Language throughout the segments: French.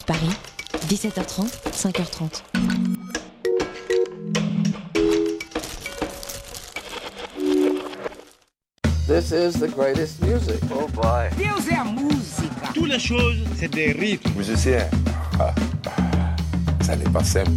Paris, 17h30, 5h30. This is the greatest music. Oh boy. Deus é a música. Toutes les choses, c'est des rythmes. Musicien. Ça n'est pas simple.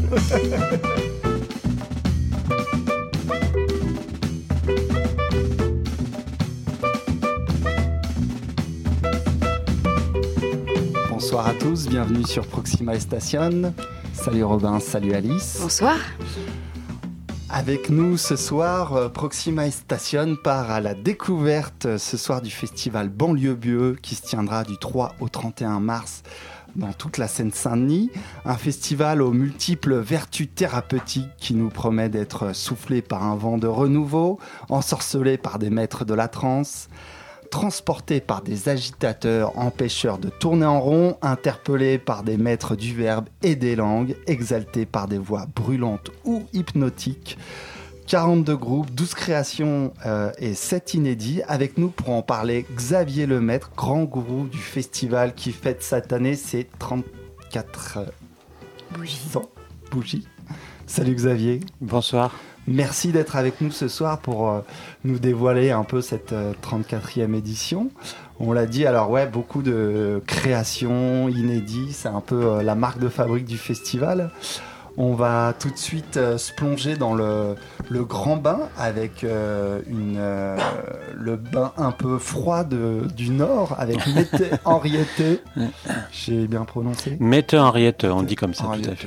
Bonsoir à tous, bienvenue sur Proxima Station. Salut Robin, salut Alice. Bonsoir. Avec nous ce soir, Proxima Station part à la découverte ce soir du festival Banlieue Bleue qui se tiendra du 3 au 31 mars dans toute la Seine-Saint-Denis. Un festival aux multiples vertus thérapeutiques qui nous promet d'être soufflé par un vent de renouveau, ensorcelé par des maîtres de la transe, transporté par des agitateurs empêcheurs de tourner en rond, interpellé par des maîtres du verbe et des langues, exalté par des voix brûlantes ou hypnotiques. 42 groupes, 12 créations et 7 inédits. Avec nous pour en parler, Xavier Lemaître, grand gourou du festival qui fête cette année ses 34 bougies. Salut Xavier. Bonsoir. Merci d'être avec nous ce soir pour nous dévoiler un peu cette 34e édition. On l'a dit, alors ouais, beaucoup de créations inédites, c'est un peu la marque de fabrique du festival. On va tout de suite se plonger dans le grand bain avec le bain un peu froid du Nord avec Mette Henriette. J'ai bien prononcé ? Mette Henriette, on dit comme ça, Henriette. Tout à fait.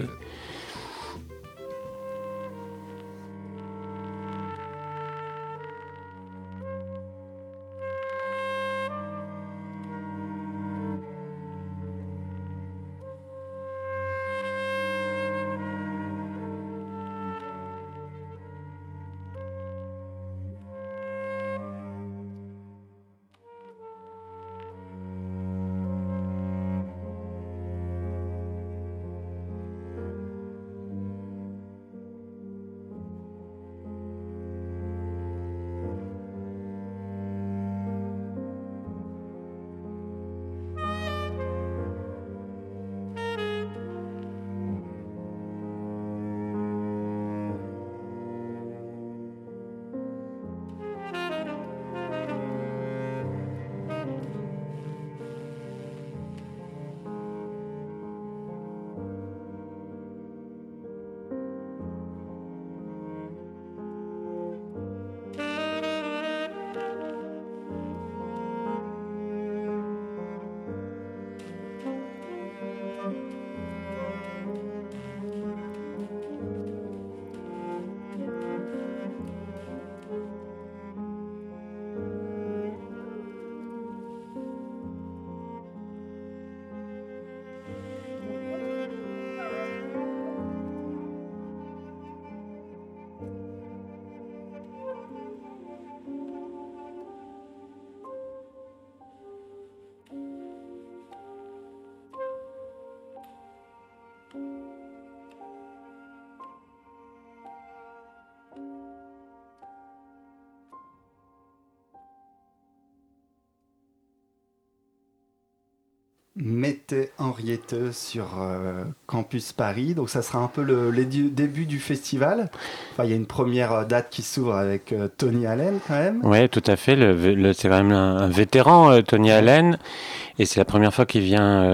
Mette Henriette sur Campus Paris. Donc ça sera un peu le début du festival. Enfin, il y a une première date qui s'ouvre avec Tony Allen quand même. Oui, tout à fait. C'est quand même un vétéran, Tony Allen. Et c'est la première fois qu'il vient...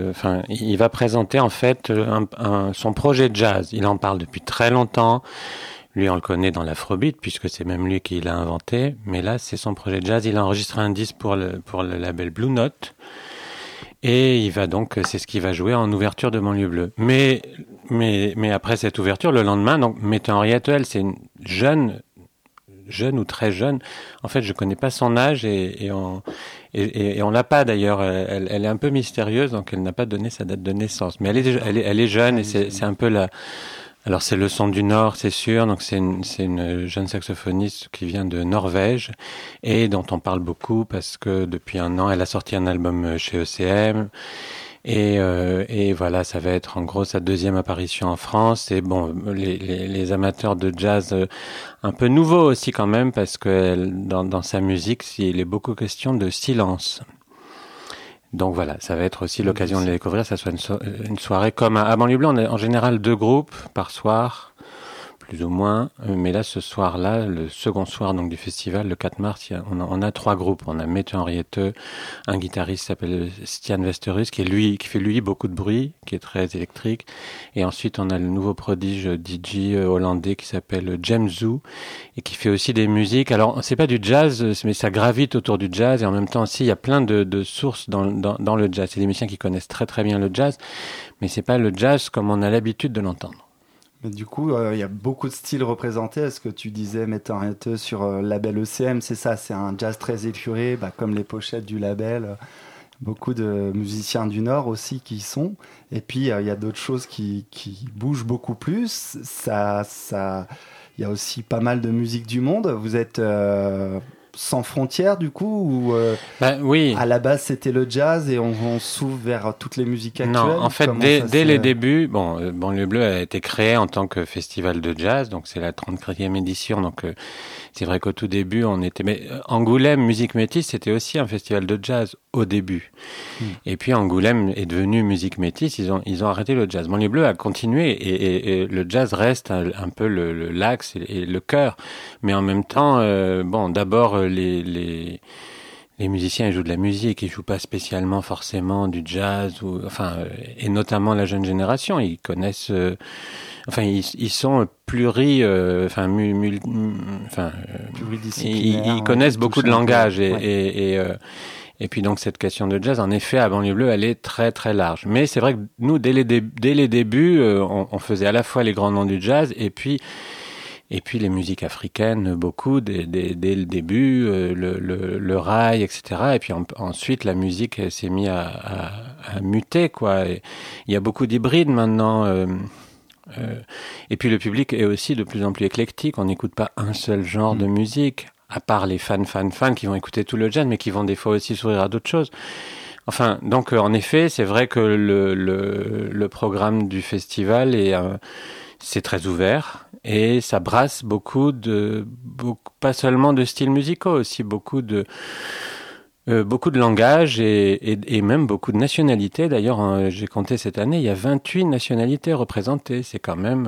il va présenter en fait son projet de jazz. Il en parle depuis très longtemps. Lui, on le connaît dans l'afrobeat, puisque c'est même lui qui l'a inventé. Mais là, c'est son projet de jazz. Il a enregistré un disque pour le label Blue Note. Et il va donc, c'est ce qu'il va jouer en ouverture de Banlieue Bleue. Mais après cette ouverture, le lendemain, donc Mette Henriette, elle, c'est une jeune ou très jeune. En fait, je connais pas son âge et on l'a pas d'ailleurs. Elle est un peu mystérieuse, donc elle n'a pas donné sa date de naissance. Mais elle est jeune et c'est un peu la. Alors c'est le son du Nord, c'est sûr. Donc c'est une jeune saxophoniste qui vient de Norvège et dont on parle beaucoup parce que depuis un an, elle a sorti un album chez ECM. Et voilà, ça va être en gros sa deuxième apparition en France. Et bon, les amateurs de jazz un peu nouveaux aussi quand même, parce que dans sa musique, il est beaucoup question de silence. Donc voilà, ça va être aussi l'occasion de les découvrir. Ça soit une soirée comme à Banlieue Bleue. On a en général 2 groupes par soir, plus ou moins. Mais là, ce soir-là, le second soir donc du festival, le 4 mars, on a 3 groupes. On a Mette Henriette, un guitariste qui s'appelle Stian Westerus, qui fait beaucoup de bruit, qui est très électrique. Et ensuite, on a le nouveau prodige DJ hollandais qui s'appelle James Zoo et qui fait aussi des musiques. Alors, c'est pas du jazz, mais ça gravite autour du jazz. Et en même temps aussi, il y a plein de sources dans le jazz. C'est des musiciens qui connaissent très très bien le jazz, mais c'est pas le jazz comme on a l'habitude de l'entendre. Mais du coup, il y a beaucoup de styles représentés. Est-ce que tu disais, Mette Henriette, sur le label ECM, c'est ça, c'est un jazz très épuré, comme les pochettes du label. Beaucoup de musiciens du Nord aussi qui y sont. Et puis, il y a d'autres choses qui bougent beaucoup plus. Il y a aussi pas mal de musique du monde. Vous êtes sans frontières, du coup, ou oui. À la base, c'était le jazz et on s'ouvre vers toutes les musiques actuelles? Non, en fait, dès les débuts, Banlieue Bleue a été créé en tant que festival de jazz, donc c'est la 34e édition, donc c'est vrai qu'au tout début, mais Angoulême Musique Métisse, c'était aussi un festival de jazz au début. Et puis Angoulême est devenu Musique Métisse, ils ont arrêté le jazz. Banlieue Bleue a continué et le jazz reste un peu l'axe et le cœur, mais en même temps, d'abord les musiciens, ils jouent de la musique, ils jouent pas spécialement forcément du jazz et notamment la jeune génération, ils connaissent ils sont pluridisciplinaires, ils connaissent beaucoup de langages et puis donc cette question de jazz, en effet, à Banlieue Bleue, elle est très très large. Mais c'est vrai que nous, dès les débuts, on faisait à la fois les grands noms du jazz et puis les musiques africaines, beaucoup dès le début, le raï, etc. Et puis ensuite la musique s'est mise à muter, quoi. Et il y a beaucoup d'hybrides maintenant. Et puis le public est aussi de plus en plus éclectique. On n'écoute pas un seul genre de musique, à part les fans qui vont écouter tout le jazz, mais qui vont des fois aussi s'ouvrir à d'autres choses. Enfin, donc en effet, c'est vrai que le programme du festival c'est très ouvert et ça brasse beaucoup pas seulement de styles musicaux, aussi beaucoup de langages et même beaucoup de nationalités. D'ailleurs, j'ai compté cette année, il y a 28 nationalités représentées. C'est quand même,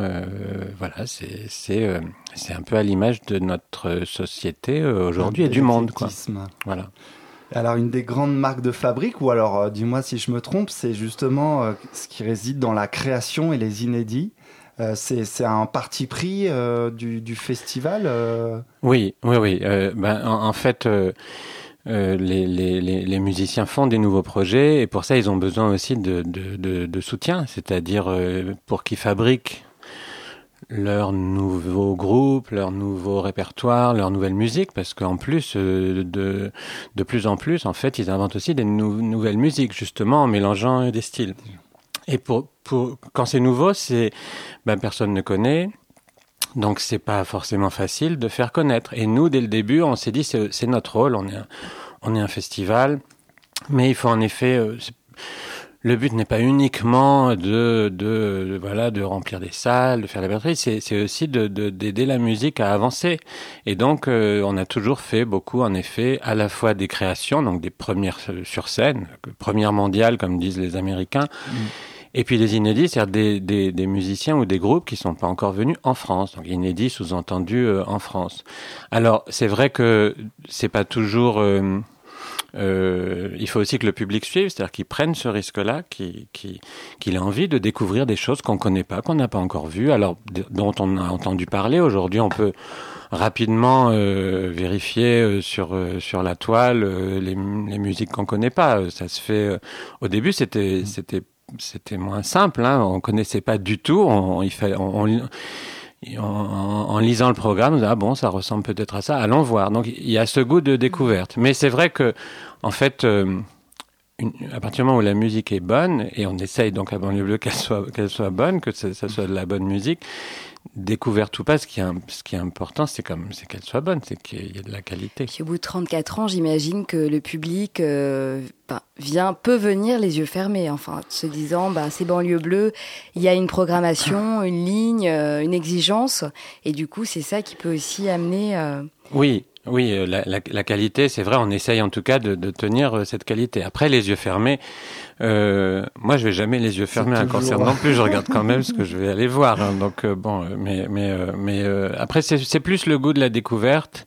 c'est un peu à l'image de notre société aujourd'hui et du monde, quoi. Voilà. Alors, une des grandes marques de fabrique, ou alors, dis-moi si je me trompe, c'est justement ce qui réside dans la création et les inédits. C'est un parti pris du festival Oui. En fait, les musiciens font des nouveaux projets et pour ça, ils ont besoin aussi de soutien, c'est-à-dire pour qu'ils fabriquent leur nouveau groupe, leur nouveau répertoire, leur nouvelle musique, parce qu'en plus, de plus en plus, en fait, ils inventent aussi des nouvelles musiques, justement, en mélangeant des styles. Et quand c'est nouveau, personne ne connaît, donc c'est pas forcément facile de faire connaître. Et nous, dès le début, on s'est dit c'est notre rôle, on est un festival, mais il faut en effet. Le but n'est pas uniquement de remplir des salles, de faire la batterie, c'est aussi d'aider la musique à avancer. Et donc, on a toujours fait beaucoup, en effet, à la fois des créations, donc des premières sur scène, premières mondiales, comme disent les Américains, et puis des inédits, c'est-à-dire des musiciens ou des groupes qui sont pas encore venus en France. Donc inédits, sous-entendu en France. Alors, c'est vrai que c'est pas toujours... il faut aussi que le public suive, c'est-à-dire qu'il prenne ce risque-là, qu'il ait envie de découvrir des choses qu'on connaît pas, qu'on n'a pas encore vues, alors dont on a entendu parler. Aujourd'hui, on peut rapidement vérifier sur la toile les musiques qu'on connaît pas. Ça se fait. Au début, c'était moins simple. Hein. On connaissait pas du tout. En lisant le programme, on dit, ça ressemble peut-être à ça, allons voir. Donc, il y a ce goût de découverte. Mais c'est vrai que, en fait, à partir du moment où la musique est bonne, et on essaye donc à Banlieue Bleue qu'elle soit bonne, que ça soit de la bonne musique, découverte ou pas, ce qui est important, c'est qu'elle soit bonne, c'est qu'il y ait de la qualité. Puis au bout de 34 ans, j'imagine que le public peut venir les yeux fermés, se disant c'est Banlieue Bleue, il y a une programmation, une ligne, une exigence, et du coup c'est ça qui peut aussi amener... Oui, Oui, la qualité, c'est vrai, on essaye en tout cas de tenir cette qualité. Après, les yeux fermés, moi je vais jamais les yeux fermés à un concert non plus, je regarde quand même ce que je vais aller voir. Hein, donc après c'est plus le goût de la découverte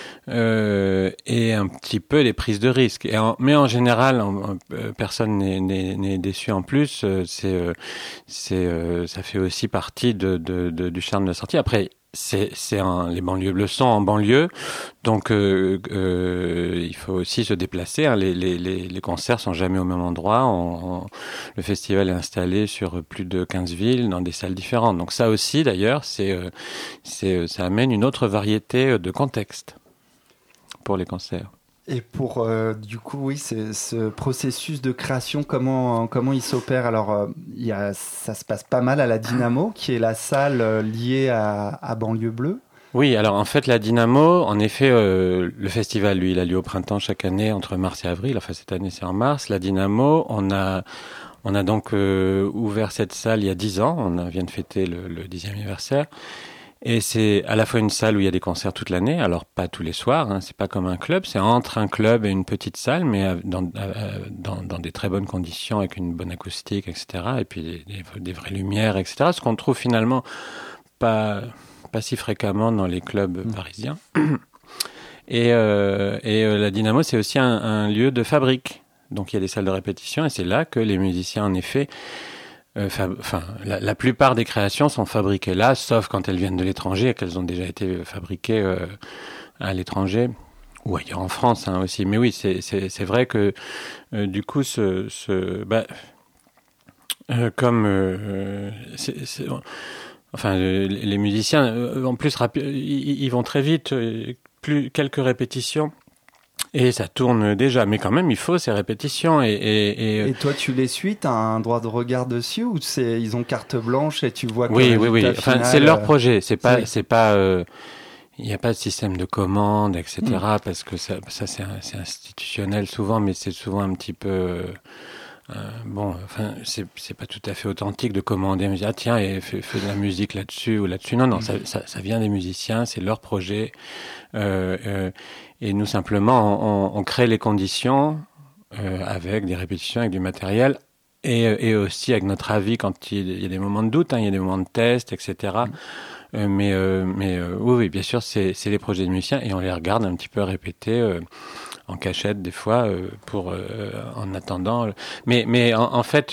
et un petit peu les prises de risques. Mais en général, personne n'est déçu en plus. Ça fait aussi partie du charme de la sortie. Après. Les banlieues bleues sont en banlieue, donc il faut aussi se déplacer. Hein. Les concerts sont jamais au même endroit. Le festival est installé sur plus de 15 villes dans des salles différentes. Donc ça aussi, d'ailleurs, ça amène une autre variété de contexte pour les concerts. Et pour, du coup, oui, ce processus de création, comment il s'opère? Alors, ça se passe pas mal à la Dynamo, qui est la salle liée à Banlieue Bleue. Oui, alors en fait, la Dynamo, en effet, le festival, lui, il a lieu au printemps chaque année, entre mars et avril. Enfin, cette année, c'est en mars. La Dynamo, on a donc ouvert cette salle il y a 10 ans. On vient de fêter le 10e anniversaire. Et c'est à la fois une salle où il y a des concerts toute l'année, alors pas tous les soirs, hein, c'est pas comme un club, c'est entre un club et une petite salle, mais dans des très bonnes conditions, avec une bonne acoustique, etc. Et puis des vraies lumières, etc. Ce qu'on trouve finalement pas si fréquemment dans les clubs parisiens. Et la Dynamo, c'est aussi un lieu de fabrique. Donc il y a des salles de répétition, et c'est là que les musiciens, en effet, la plupart des créations sont fabriquées là, sauf quand elles viennent de l'étranger et qu'elles ont déjà été fabriquées à l'étranger ou ailleurs en France hein, aussi. Mais oui, c'est vrai que du coup, les musiciens, en plus, ils vont très vite, quelques répétitions. Et ça tourne déjà, mais quand même, il faut ces répétitions. Et toi, tu les suis, t'as un droit de regard dessus ou ils ont carte blanche et tu vois que oui. Final, c'est leur projet. C'est pas, il n'y a pas de système de commande, etc. Parce que ça c'est institutionnel souvent, mais c'est souvent un petit peu. C'est pas tout à fait authentique de commander, me dire tiens, et fais de la musique là-dessus ou là-dessus. Non, ça vient des musiciens, c'est leur projet. Et nous simplement, on crée les conditions avec des répétitions, avec du matériel, et aussi avec notre avis quand il y a des moments de doute, hein, il y a des moments de test, etc. Oui, bien sûr, c'est les projets de musiciens et on les regarde un petit peu répéter. En cachette des fois en attendant mais en fait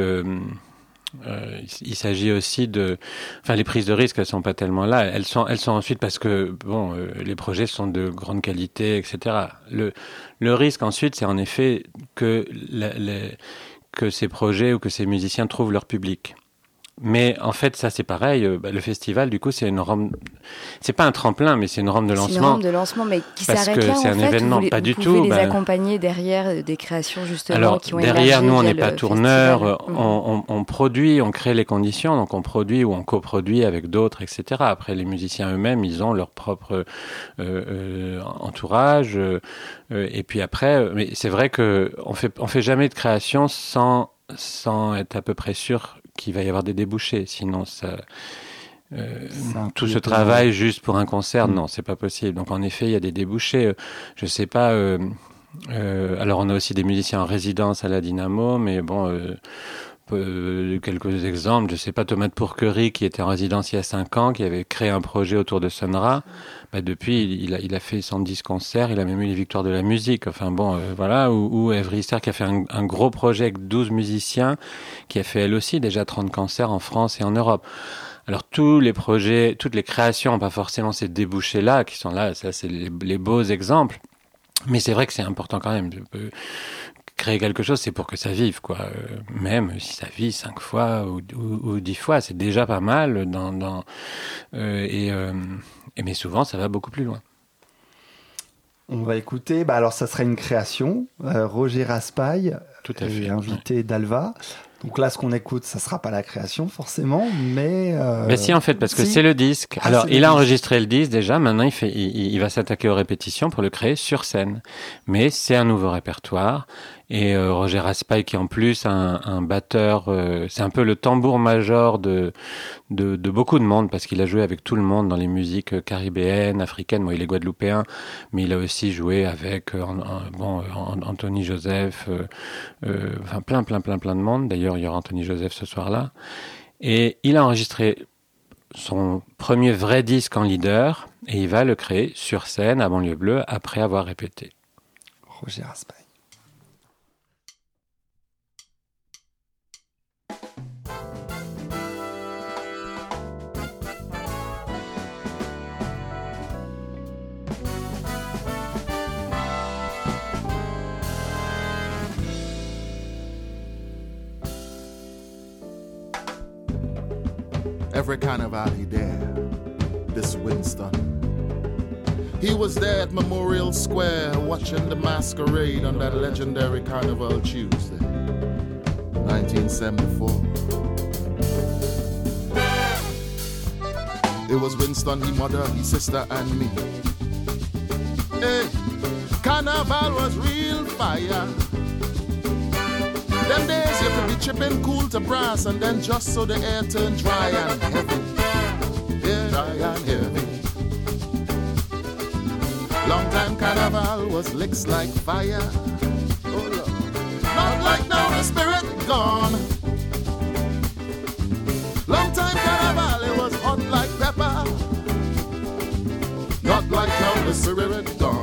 il s'agit aussi les prises de risque, elles sont pas tellement là, elles sont ensuite parce que les projets sont de grande qualité, etc. Le risque ensuite, c'est en effet que ces projets ou que ces musiciens trouvent leur public. Mais en fait, ça c'est pareil. Le festival, du coup, c'est une rampe. C'est pas un tremplin, mais c'est une rampe de lancement. C'est une rampe de lancement, mais qui s'arrête là. Parce que c'est un événement, pas du tout. Vous pouvez les accompagner derrière des créations justement alors, qui ont derrière, nous, on n'est pas tourneur. Festival. On produit, on crée les conditions, donc on produit ou on coproduit avec d'autres, etc. Après, les musiciens eux-mêmes, ils ont leur propre entourage. Et puis après, mais c'est vrai que on fait jamais de création sans être à peu près sûr qu'il va y avoir des débouchés, sinon tout ce travail juste pour un concert, non, c'est pas possible. Donc en effet, il y a des débouchés. Je sais pas. Alors on a aussi des musiciens en résidence à la Dynamo, mais quelques exemples. Je sais pas, Thomas de Pourquerie qui était en résidence il y a 5 ans, qui avait créé un projet autour de Sun Ra. Depuis, il a fait 110 concerts, il a même eu les victoires de la musique. Enfin voilà. Ou Evry Star qui a fait un gros projet avec 12 musiciens, qui a fait elle aussi déjà 30 concerts en France et en Europe. Alors tous les projets, toutes les créations n'ont pas forcément ces débouchés-là, qui sont là, ça c'est les beaux exemples. Mais c'est vrai que c'est important quand même. Créer quelque chose, c'est pour que ça vive, quoi. Même si ça vit 5 fois ou 10 fois, c'est déjà pas mal. Mais souvent, ça va beaucoup plus loin. On va écouter. Alors, ça serait une création. Roger Raspail, tout à fait, invité d'Alva. Donc là, ce qu'on écoute, ça sera pas la création forcément, mais. Si, en fait, parce que c'est le disque. Alors, il a enregistré le disque déjà. Maintenant, il va s'attaquer aux répétitions pour le créer sur scène. Mais c'est un nouveau répertoire. Et Roger Raspail qui en plus un batteur, c'est un peu le tambour major de beaucoup de monde parce qu'il a joué avec tout le monde dans les musiques caribéennes, africaines. Bon, il est guadeloupéen, mais il a aussi joué avec Anthony Joseph, enfin plein de monde. D'ailleurs, il y aura Anthony Joseph ce soir-là. Et il a enregistré son premier vrai disque en leader et il va le créer sur scène à Banlieue Bleue après avoir répété. Roger Raspail. Every carnival he there, this Winston. He was there at Memorial Square watching the masquerade on that legendary Carnival Tuesday, 1974. It was Winston, he mother, he sister and me. Hey, Carnival was real fire. Them days you could be chipping cool to brass and then just so the air turned dry and heavy. Yeah, dry and heavy. Long time Carnival was licks like fire. Oh Lord. Not like now the spirit gone. Long time Carnival it was hot like pepper. Not like now the spirit gone.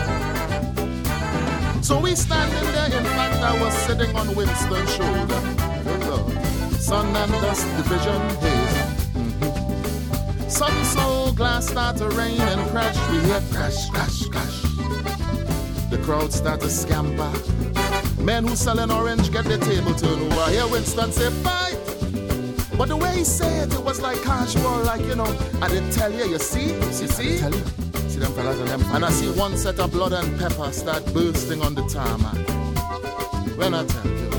So we standing there, in fact I was sitting on Winston's shoulder. Oh Lord. Sun and dust division haze. Mm-hmm. Sun so glass start to rain and crash. We hear crash, crash, crash. The crowd start to scamper. Men who selling orange get their table turned over. I hear Winston say fight. But the way he said it was like casual, like you know, I didn't tell you, you see? See them fellas and them. And I see one set of blood and pepper start bursting on the tarmac. When I tell you.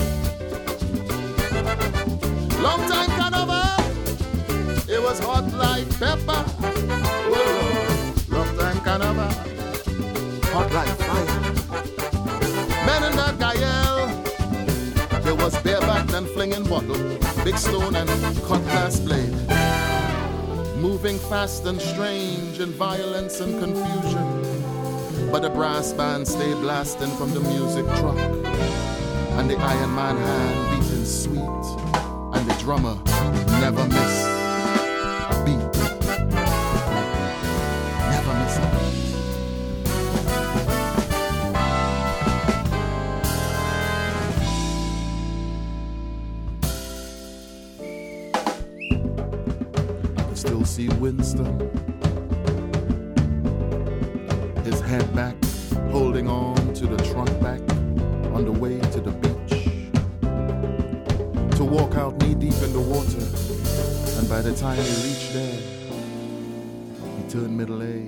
Long time Carnival, it was hot like pepper. Oh, long time Carnival, hot like fire. Men in that Gael, there was bareback and flinging bottle, big stone and cutlass blade. Moving fast and strange in violence and confusion. But the brass band stayed blasting from the music truck. And the Iron Man hand beating sweet. And the drummer never missed a beat. Never missed a beat. Still see Winston, his head back, holding on to the trunk back, on the way to the beach, to walk out knee deep in the water, and by the time he reached there, he turned middle age.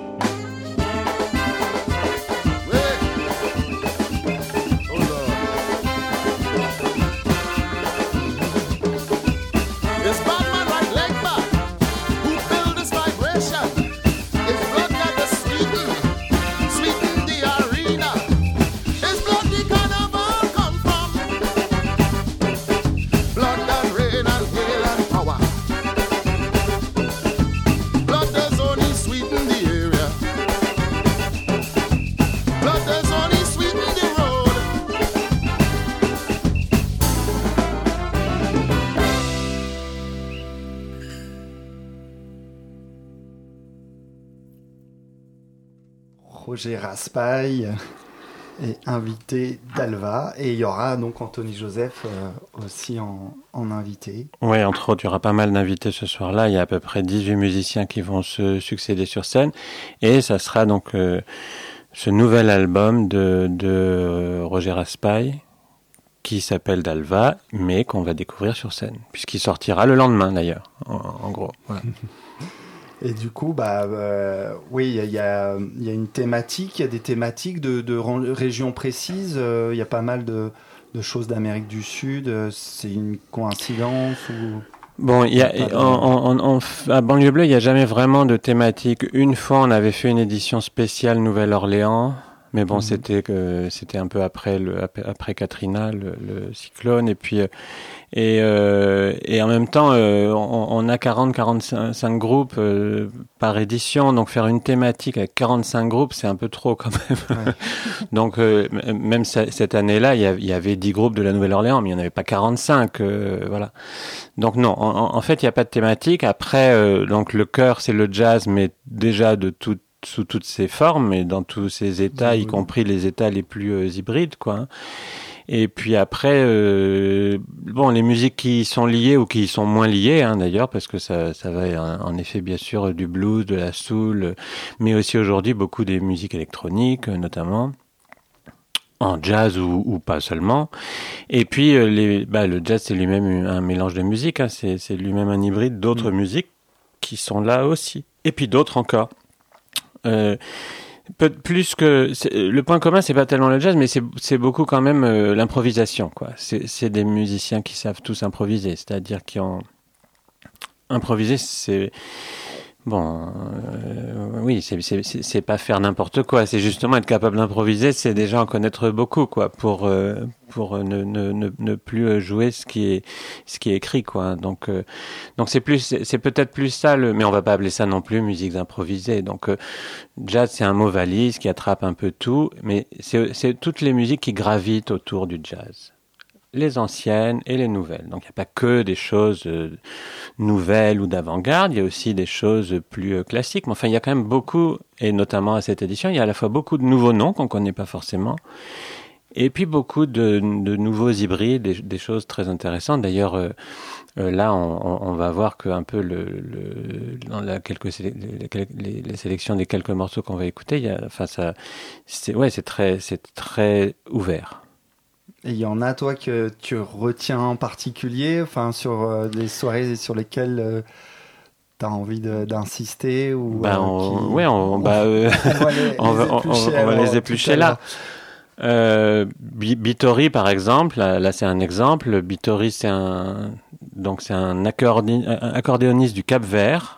Roger Raspail est invité d'Alva et il y aura donc Anthony Joseph aussi en invité. Oui, entre autres, il y aura pas mal d'invités ce soir-là. Il y a à peu près 18 musiciens qui vont se succéder sur scène et ça sera donc ce nouvel album de Roger Raspail qui s'appelle D'Alva, mais qu'on va découvrir sur scène, puisqu'il sortira le lendemain d'ailleurs, en gros. Voilà. Et du coup, oui, il y a une thématique, il y a des thématiques de régions précises. Il y a pas mal de choses d'Amérique du Sud. C'est une coïncidence ou... Bon, à Banlieue Bleue, il n'y a jamais vraiment de thématique. Une fois, on avait fait une édition spéciale Nouvelle-Orléans, Mais bon, c'était un peu après Katrina, le cyclone, et puis et en même temps, on a 45 groupes par édition, donc faire une thématique avec 45 groupes, c'est un peu trop quand même. Ouais. Donc même cette année-là, il y avait 10 groupes de la Nouvelle-Orléans, mais il n'y en avait pas 45, voilà. Donc non, en fait, il n'y a pas de thématique. Après, donc le cœur, c'est le jazz, mais déjà sous toutes ses formes et dans tous ses états, y compris les états les plus hybrides, quoi. Hein. Et puis après, bon, les musiques qui sont liées ou qui sont moins liées, hein, d'ailleurs, parce que ça va en effet bien sûr du blues, de la soul, mais aussi aujourd'hui beaucoup des musiques électroniques, notamment en jazz ou pas seulement. Et puis le jazz, c'est lui-même un mélange de musique, hein, c'est lui-même un hybride d'autres musiques qui sont là aussi. Et puis d'autres encore. Plus que le point commun, c'est pas tellement le jazz, mais c'est beaucoup quand même l'improvisation, quoi. C'est des musiciens qui savent tous improviser, c'est-à-dire qui ont improvisé. C'est bon, oui, c'est pas faire n'importe quoi. C'est justement être capable d'improviser. C'est déjà en connaître beaucoup, quoi, pour ne plus jouer ce qui est écrit, quoi. Donc c'est peut-être plus ça, mais on va pas appeler ça non plus musique improvisée. Donc jazz, c'est un mot valise qui attrape un peu tout, mais c'est toutes les musiques qui gravitent autour du jazz. Les anciennes et les nouvelles. Donc il n'y a pas que des choses nouvelles ou d'avant-garde, il y a aussi des choses plus classiques. Mais enfin, il y a quand même beaucoup, et notamment à cette édition, il y a à la fois beaucoup de nouveaux noms qu'on ne connaît pas forcément, et puis beaucoup de nouveaux hybrides, des choses très intéressantes. D'ailleurs, là, on va voir que un peu dans les sélections des quelques morceaux qu'on va écouter, c'est très ouvert. Et il y en a, toi, que tu retiens en particulier, enfin, sur les soirées sur lesquelles tu as envie d'insister ou on va les éplucher là. Bittori, par exemple, là c'est un exemple. Bittori, c'est un accordéoniste du Cap-Vert.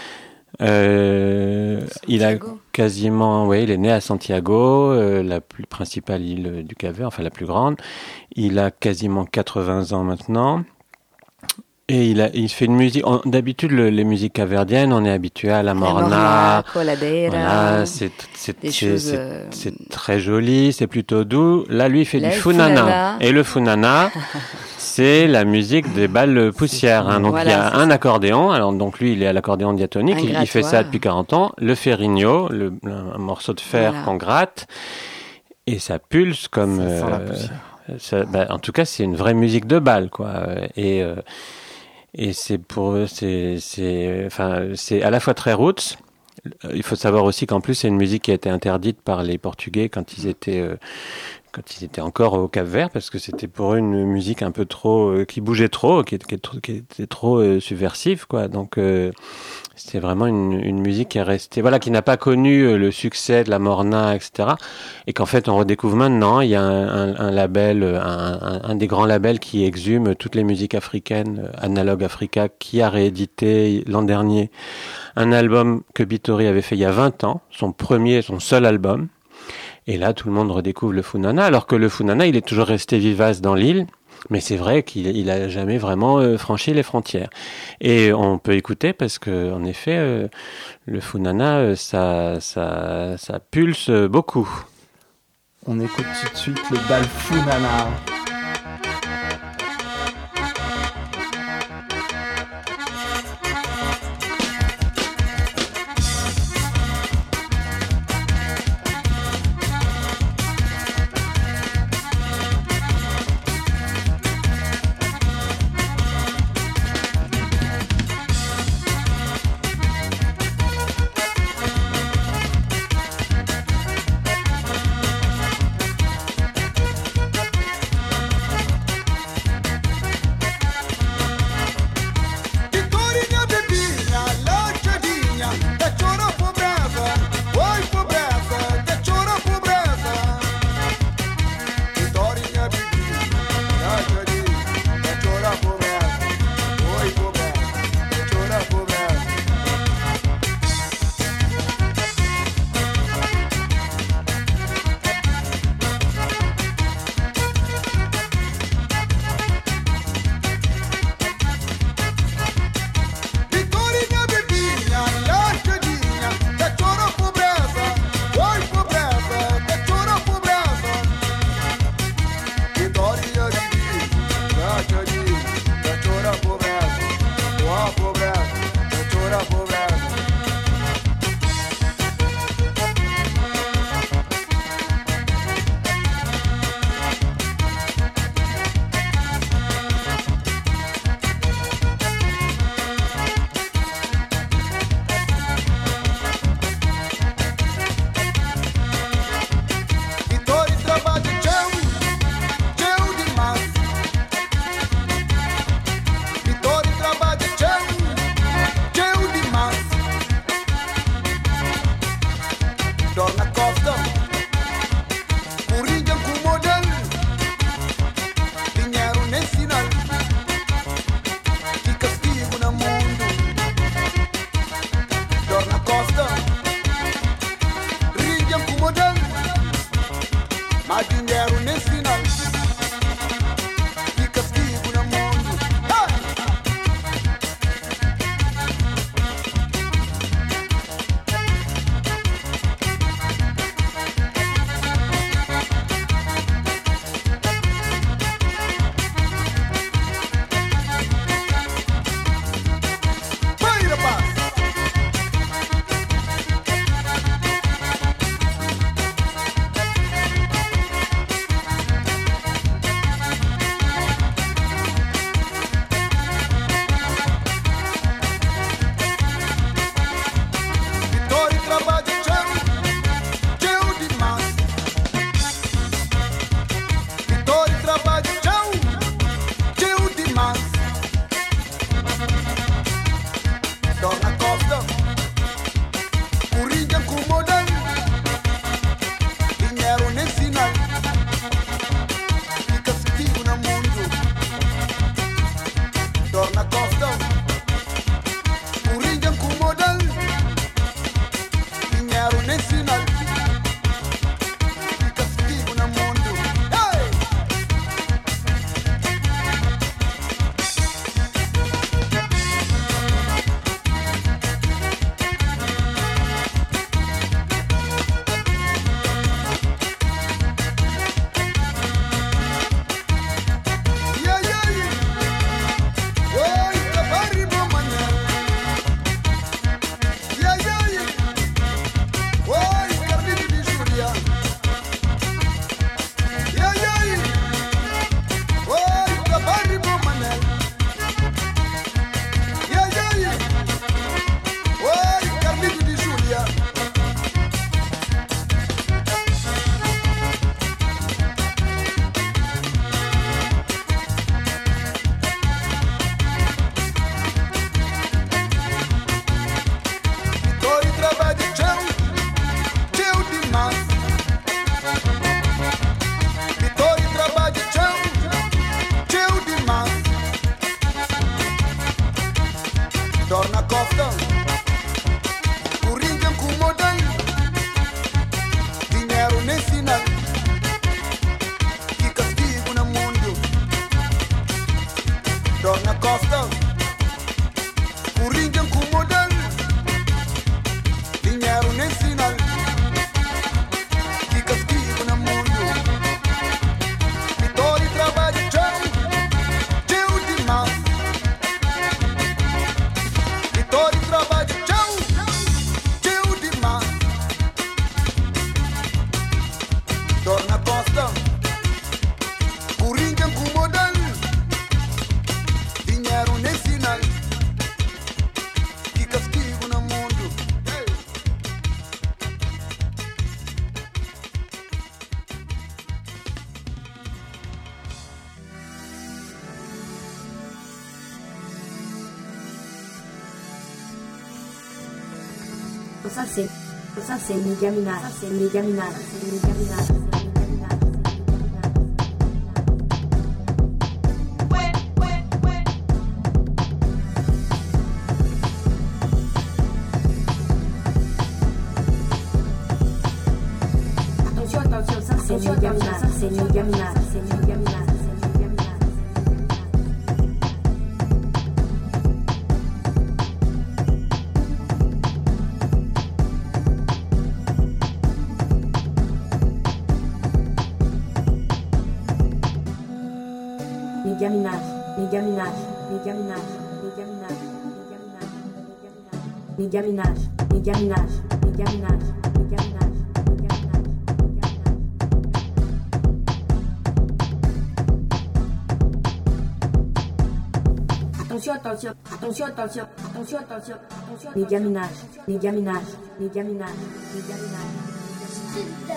Il a quasiment, il est né à Santiago, la plus principale île du Cap-Vert, enfin la plus grande. Il a quasiment 80 ans maintenant. Et il fait une musique. D'habitude, les musiques capverdiennes, on est habitué à la morna, voilà, c'est très joli, c'est plutôt doux. Là, lui, il fait du funana. Et le funana, c'est la musique des balles poussières. Hein. Donc, il y a un accordéon. Alors, donc, lui, il est à l'accordéon diatonique. Il fait ça depuis 40 ans. Le ferrigno, un morceau de fer qu'on gratte. Et ça pulse comme... Ça sent la poussière. En tout cas, c'est une vraie musique de bal, quoi. Et c'est à la fois très roots. Il faut savoir aussi qu'en plus c'est une musique qui a été interdite par les Portugais quand ils étaient encore au Cap-Vert, parce que c'était pour eux une musique un peu trop qui bougeait trop, qui était trop subversive, quoi. Donc c'est vraiment une musique qui est restée, qui n'a pas connu le succès de la morna, etc. Et qu'en fait on redécouvre maintenant. Il y a un label, un des grands labels qui exhume toutes les musiques africaines, Analog Africa, qui a réédité l'an dernier un album que Bittori avait fait il y a 20 ans, son seul album. Et là, tout le monde redécouvre le funana, alors que le funana, il est toujours resté vivace dans l'île. Mais c'est vrai qu'il a jamais vraiment franchi les frontières. Et on peut écouter parce que, en effet, le funana, ça pulse beaucoup. On écoute tout de suite le bal funana. costa, Corinthians com modal, dinheiro nem sinal, que castigo no mundo. Dona Costa, Corinthians com modal, dinheiro nem sinal, que castigo no mundo. Vitória e trabalho, tchau, tchau demais. Vitória e trabalho, tchau, tchau demais. Dona Costa, Corinthians com modal, dinheiro nem sinal, que castigo no mundo. Hey. Ça c'est Nicki Minaj, c'est Nicki Minaj, c'est Nicki Minaj, c'est Nicki Minaj. Attention, ça c'est Nicki Minaj, c'est Nicki Minaj, c'est Nicki Minaj. Nicki Minaj, Nicki Minaj, Nicki Minaj, Nicki Minaj, Nicki Minaj, Nicki Minaj, Nicki Minaj, Nicki Minaj. Attention. Nicki Minaj, Nicki Minaj, Nicki Minaj, Nicki Minaj.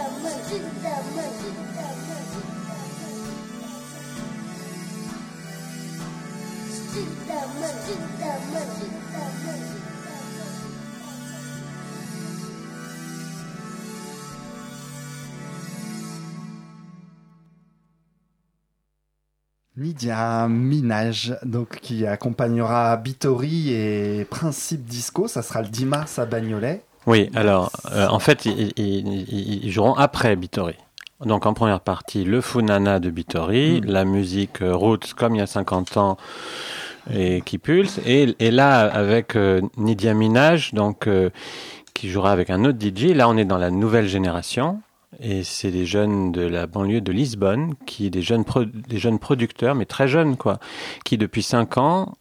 Nicki Minaj, donc qui accompagnera Bittori et Principe Disco, ça sera le 10 mars à Bagnolet. Oui, alors en fait ils joueront après Bittori. Donc en première partie le Funana de Bittori, la musique roots comme il y a 50 ans et qui pulse, et là avec Nicki Minaj, donc qui jouera avec un autre DJ. Là on est dans la nouvelle génération. Et c'est des jeunes de la banlieue de Lisbonne, des jeunes producteurs, mais très jeunes, quoi, qui depuis 5 ans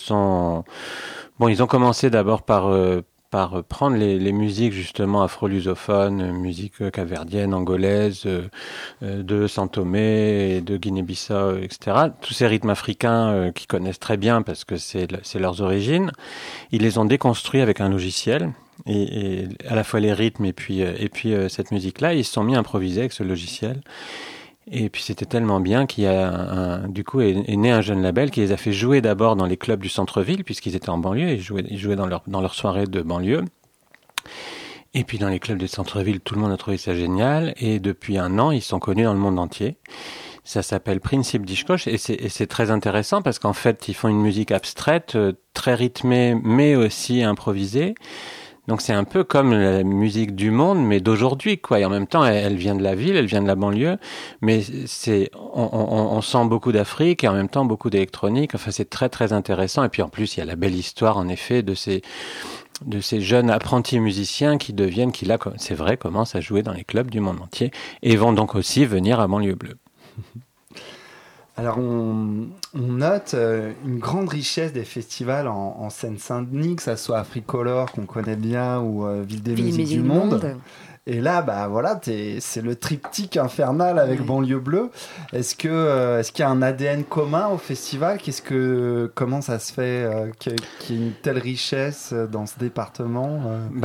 ils ont commencé d'abord par prendre les musiques justement afro-lusophones, musique capverdienne, angolaise, de São Tomé et de Guinée-Bissau, etc. Tous ces rythmes africains qu'ils connaissent très bien parce que c'est leurs origines. Ils les ont déconstruits avec un logiciel. Et à la fois les rythmes et puis cette musique-là, ils se sont mis à improviser avec ce logiciel. Et puis c'était tellement bien qu'il y a du coup est né un jeune label qui les a fait jouer d'abord dans les clubs du centre-ville puisqu'ils étaient en banlieue, ils jouaient dans leur soirée de banlieue. Et puis dans les clubs du centre-ville, tout le monde a trouvé ça génial. Et depuis 1 an, ils sont connus dans le monde entier. Ça s'appelle Principe Disco et c'est très intéressant parce qu'en fait, ils font une musique abstraite, très rythmée, mais aussi improvisée. Donc c'est un peu comme la musique du monde, mais d'aujourd'hui, quoi. Et en même temps, elle vient de la ville, elle vient de la banlieue, mais on sent beaucoup d'Afrique et en même temps beaucoup d'électronique. Enfin, c'est très très intéressant. Et puis en plus, il y a la belle histoire, en effet, de ces jeunes apprentis musiciens qui là, c'est vrai, commencent à jouer dans les clubs du monde entier et vont donc aussi venir à Banlieue Bleue. Alors on note une grande richesse des festivals en Seine-Saint-Denis, que ça soit Africolor qu'on connaît bien ou Ville des Musiques du Monde. Et là, voilà, c'est le triptyque infernal avec Banlieue Bleue. Est-ce qu'il y a un ADN commun au festival ? Comment ça se fait qu'il y ait une telle richesse dans ce département ?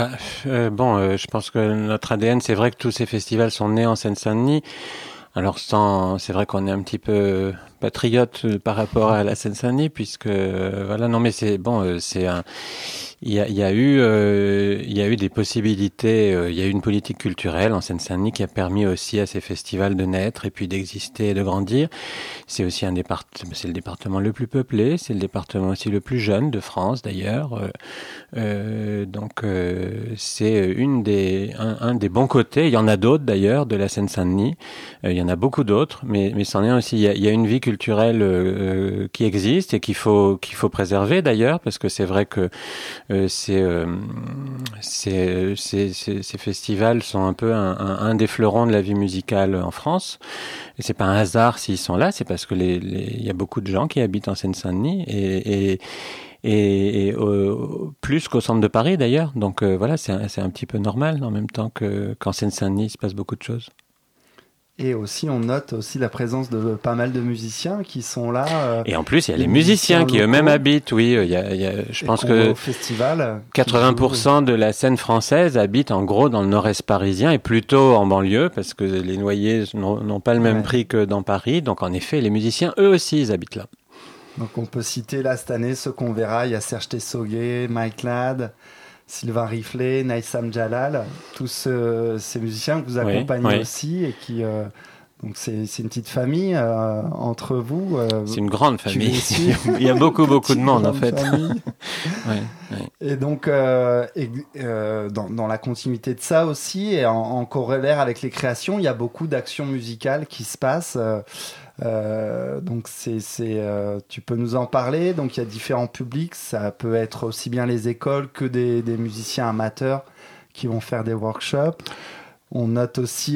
Je pense que notre ADN, c'est vrai que tous ces festivals sont nés en Seine-Saint-Denis. Alors c'est vrai qu'on est un petit peu patriote par rapport à la Seine-Saint-Denis, puisque voilà, non mais c'est bon, c'est un. Il y a eu des possibilités. Il y a eu une politique culturelle en Seine-Saint-Denis qui a permis aussi à ces festivals de naître et puis d'exister et de grandir. C'est aussi c'est le département le plus peuplé, c'est le département aussi le plus jeune de France d'ailleurs. Donc c'est un des bons côtés. Il y en a d'autres d'ailleurs de la Seine-Saint-Denis. Il y en a beaucoup d'autres, mais c'en est un aussi. Il y a une vie culturelle qui existe et qu'il faut préserver d'ailleurs, parce que c'est vrai que ces festivals sont un peu un des fleurons de la vie musicale en France. Et c'est pas un hasard s'ils sont là, c'est parce que il y a beaucoup de gens qui habitent en Seine-Saint-Denis et plus qu'au centre de Paris d'ailleurs. Donc voilà, c'est un petit peu normal en même temps qu'en Seine-Saint-Denis, il se passe beaucoup de choses. Et aussi, on note aussi la présence de pas mal de musiciens qui sont là. Et en plus, il y a les musiciens qui eux-mêmes habitent. Oui, je pense que au festival, 80% de la scène française habite en gros dans le nord-est parisien et plutôt en banlieue, parce que les loyers n'ont pas le même prix que dans Paris. Donc en effet, les musiciens, eux aussi, ils habitent là. Donc on peut citer là cette année ceux qu'on verra. Il y a Serge Tessoguet, Mike Ladd, Sylvain Riflet, Naïsam Jalal, tous ces musiciens que vous accompagnez aussi et qui donc c'est une petite famille entre vous. C'est une grande famille. Il y a beaucoup de monde en fait. Et donc dans la continuité de ça aussi et en corollaire avec les créations, il y a beaucoup d'actions musicales qui se passent. Donc tu peux nous en parler. Donc il y a différents publics, ça peut être aussi bien les écoles que des musiciens amateurs qui vont faire des workshops. On note aussi,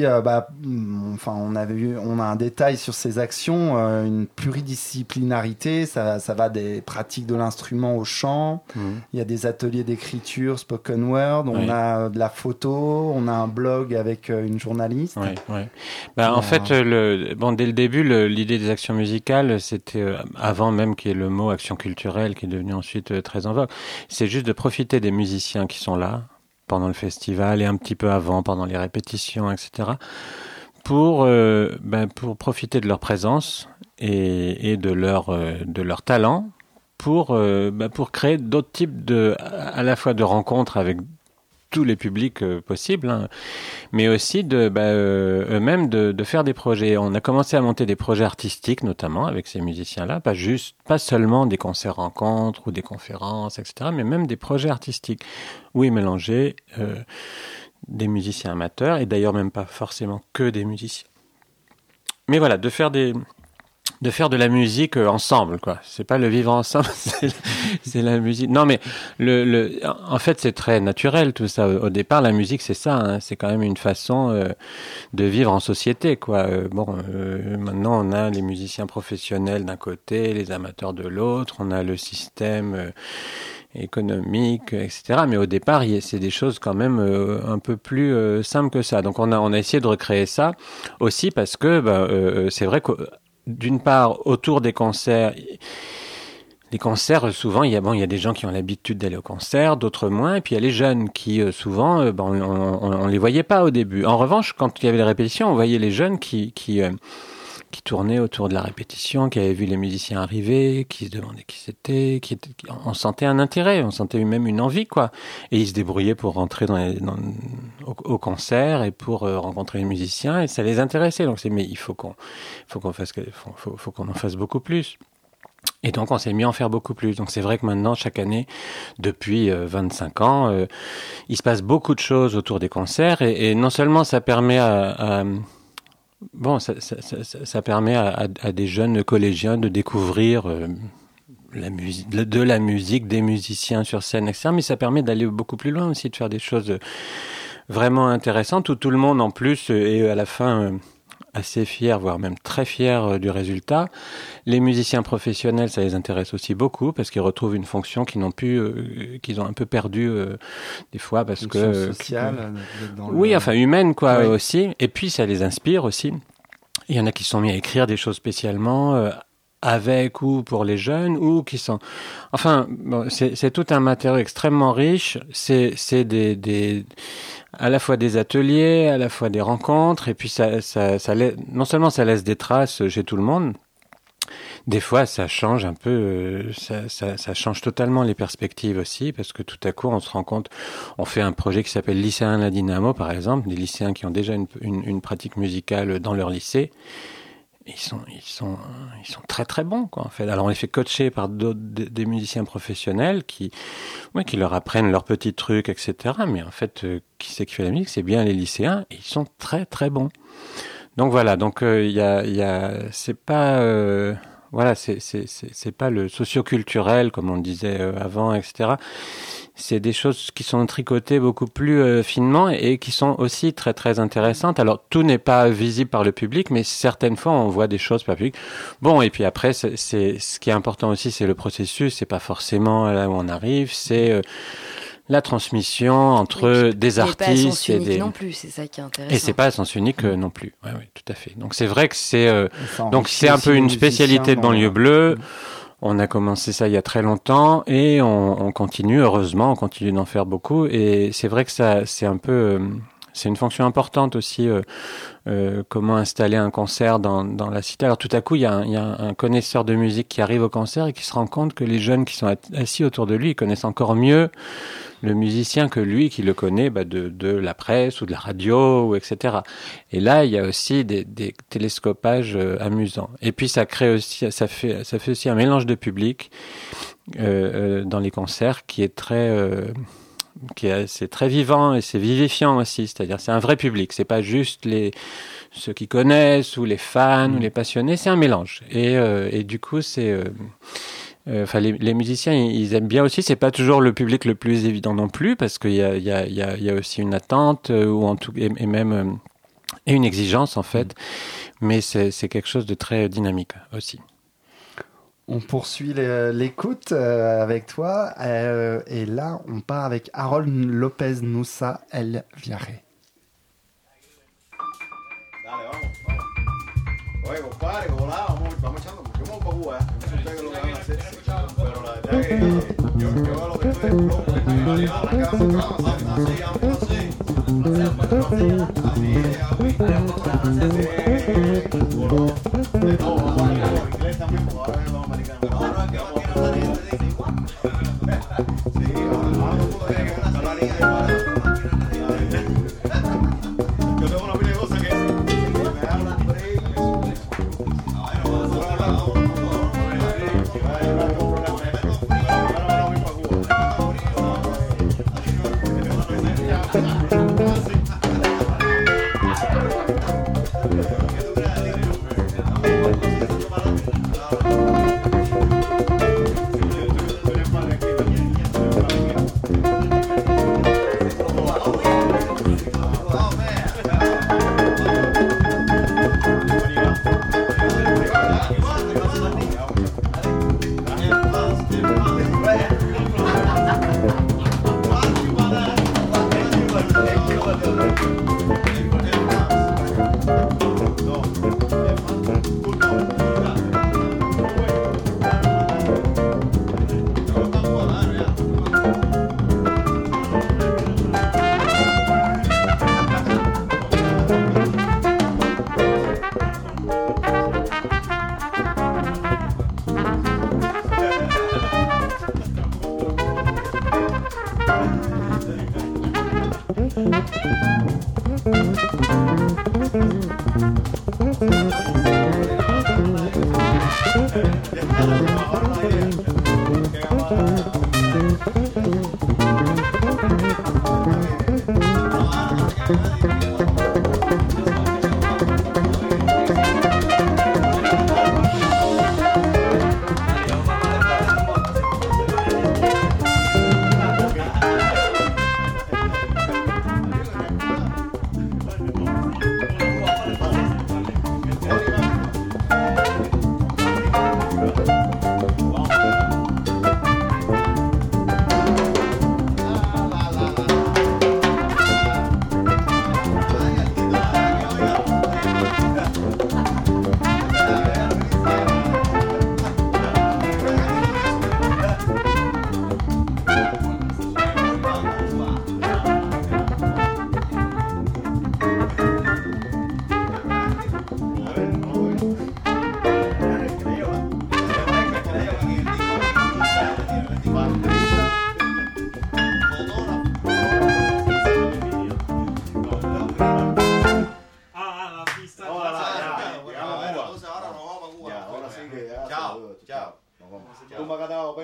on a un détail sur ces actions, une pluridisciplinarité. Ça va des pratiques de l'instrument au chant. Il y a des ateliers d'écriture, spoken word. On a de la photo. On a un blog avec une journaliste. En fait, dès le début, l'idée des actions musicales, c'était avant même qu'il y ait le mot action culturelle, qui est devenu ensuite très en vogue. C'est juste de profiter des musiciens qui sont là pendant le festival et un petit peu avant, pendant les répétitions, etc., pour profiter de leur présence et de leur talent pour créer d'autres types à la fois de rencontres avec tous les publics possibles, hein, mais aussi eux-mêmes de faire des projets. On a commencé à monter des projets artistiques, notamment avec ces musiciens-là, pas seulement des concerts-rencontres ou des conférences, etc., mais même des projets artistiques où ils mélangeaient des musiciens amateurs, et d'ailleurs même pas forcément que des musiciens. Mais voilà, de faire de la musique ensemble, quoi. C'est pas le vivre ensemble, c'est la musique. Non, mais en fait, c'est très naturel tout ça. Au départ, la musique, c'est ça, hein. C'est quand même une façon de vivre en société, quoi. Maintenant, on a les musiciens professionnels d'un côté, les amateurs de l'autre, on a le système économique, etc. Mais au départ, c'est des choses quand même un peu plus simples que ça. Donc, on a essayé de recréer ça aussi parce que c'est vrai que d'une part, autour des concerts, les concerts, souvent, il y a des gens qui ont l'habitude d'aller aux concerts, d'autres moins, et puis il y a les jeunes qui, souvent, on les voyait pas au début. En revanche, quand il y avait les répétitions, on voyait les jeunes qui tournaient autour de la répétition, qui avaient vu les musiciens arriver, qui se demandaient qui c'était, on sentait un intérêt, on sentait même une envie, quoi. Et ils se débrouillaient pour rentrer au concert et pour rencontrer les musiciens, et ça les intéressait. Donc mais il faut qu'on en fasse beaucoup plus. Et donc on s'est mis à en faire beaucoup plus. Donc c'est vrai que maintenant, chaque année, depuis 25 ans, il se passe beaucoup de choses autour des concerts, et non seulement ça permet ça permet à des jeunes collégiens de découvrir la musique, des musiciens sur scène, etc. Mais ça permet d'aller beaucoup plus loin aussi, de faire des choses vraiment intéressantes où tout le monde en plus est à la fin assez fier, voire même très fier du résultat. Les musiciens professionnels, ça les intéresse aussi beaucoup parce qu'ils retrouvent une fonction qu'ils ont un peu perdue des fois parce que sociale, humaine quoi aussi. Et puis ça les inspire aussi. Il y en a qui se sont mis à écrire des choses spécialement avec ou pour les jeunes ou qui sont. Enfin, c'est tout un matériau extrêmement riche. C'est à la fois des ateliers, à la fois des rencontres, et puis ça non seulement ça laisse des traces chez tout le monde, des fois, ça change un peu, ça change totalement les perspectives aussi, parce que tout à coup, on se rend compte, on fait un projet qui s'appelle Lycéens La Dynamo, par exemple, des lycéens qui ont déjà une pratique musicale dans leur lycée. Ils sont très très bons, quoi, en fait. Alors on les fait coacher par des musiciens professionnels qui leur apprennent leurs petits trucs, etc. Mais en fait, qui c'est qui fait la musique? C'est bien les lycéens, et ils sont très très bons. Donc voilà, donc c'est pas voilà, c'est pas le socio-culturel comme on disait avant, etc. C'est des choses qui sont tricotées beaucoup plus finement et qui sont aussi très très intéressantes. Alors tout n'est pas visible par le public, mais certaines fois on voit des choses par le public. Bon, et puis après, c'est ce qui est important aussi, c'est le processus. C'est pas forcément là où on arrive, c'est la transmission entre des artistes pas à sens et unique des non plus, c'est ça qui est intéressant. Et c'est pas à sens unique non plus. Oui, tout à fait. Donc c'est vrai que c'est un peu une spécialité de Banlieue Bleue. On a commencé ça il y a très longtemps et on continue, heureusement, on continue d'en faire beaucoup. Et c'est vrai que ça, c'est un peu, c'est une fonction importante aussi. Comment installer un concert dans la cité. Alors tout à coup, il y a un connaisseur de musique qui arrive au concert et qui se rend compte que les jeunes qui sont assis autour de lui, ils connaissent encore mieux le musicien que lui, qui le connaît de la presse ou de la radio, ou etc. Et là, il y a aussi des télescopages amusants. Et puis ça crée aussi, ça fait aussi un mélange de public dans les concerts qui est c'est très vivant et c'est vivifiant aussi. C'est-à-dire, c'est un vrai public. C'est pas juste ceux qui connaissent ou les fans ou les passionnés. C'est un mélange. Et du coup, les musiciens, ils aiment bien aussi. C'est pas toujours le public le plus évident non plus, parce qu'il y a aussi une attente et même une exigence en fait. Mais c'est quelque chose de très dynamique aussi. On poursuit l'écoute avec toi et là on part avec Harold Lopez Nussa El Viaje. Dale, vamos. Oye, compadre, hola, vamos echando, porque vamos para Cuba, no sé ustedes lo que van a hacer, pero la verdad que yo veo lo que estoy en flow, de todo, vamos a hablar inglés también, porque ahora es los americanos. No, que vamos a hablar inglés, sí, ahora no puedo creer que una sola línea yo tengo una pila de cosas que me hablan por ahí.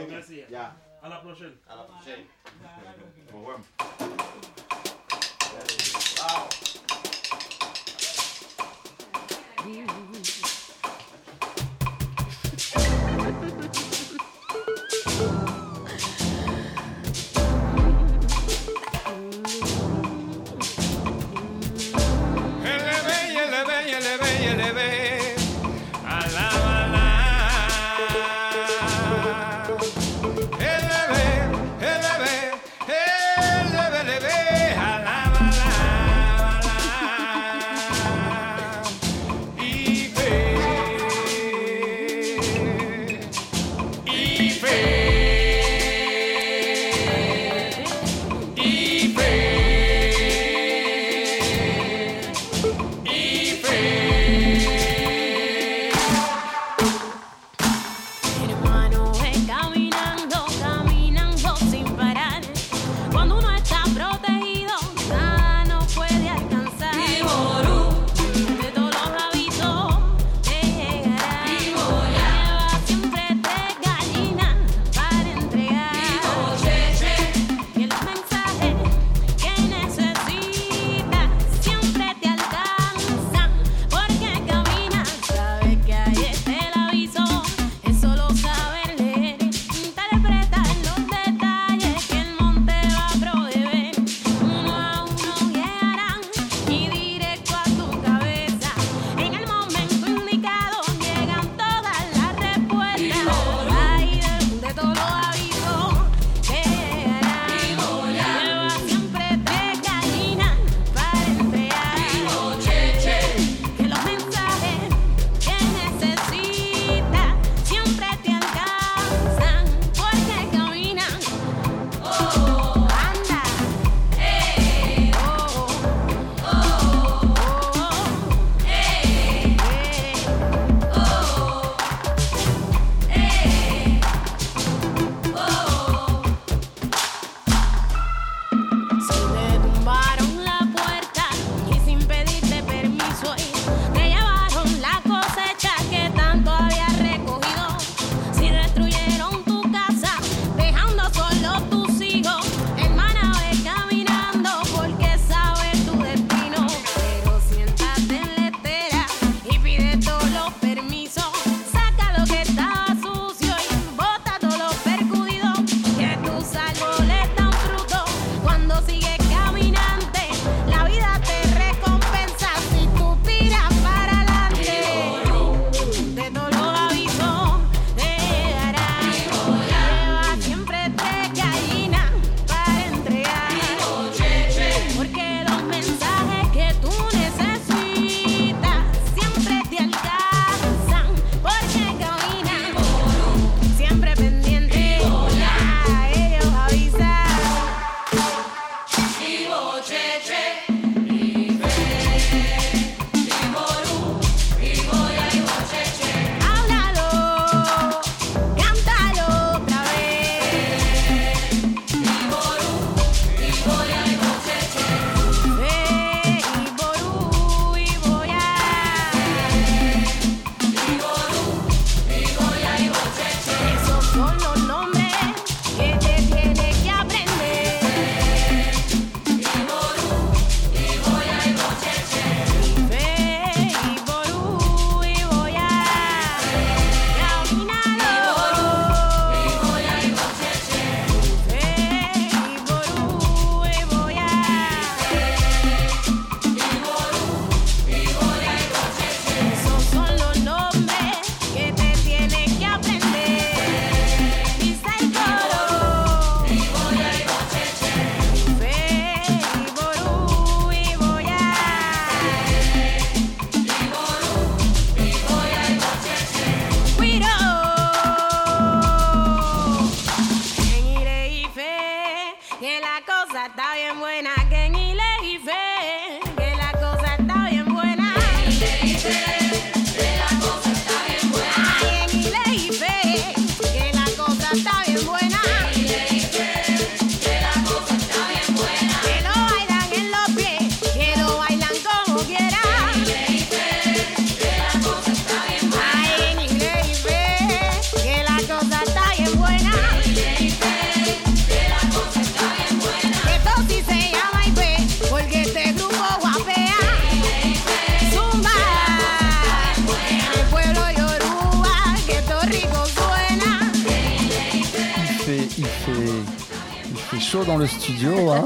merci. Ya. À la prochaine. A la prochaine. Nos vemos. Buena. il fait chaud dans le studio, hein.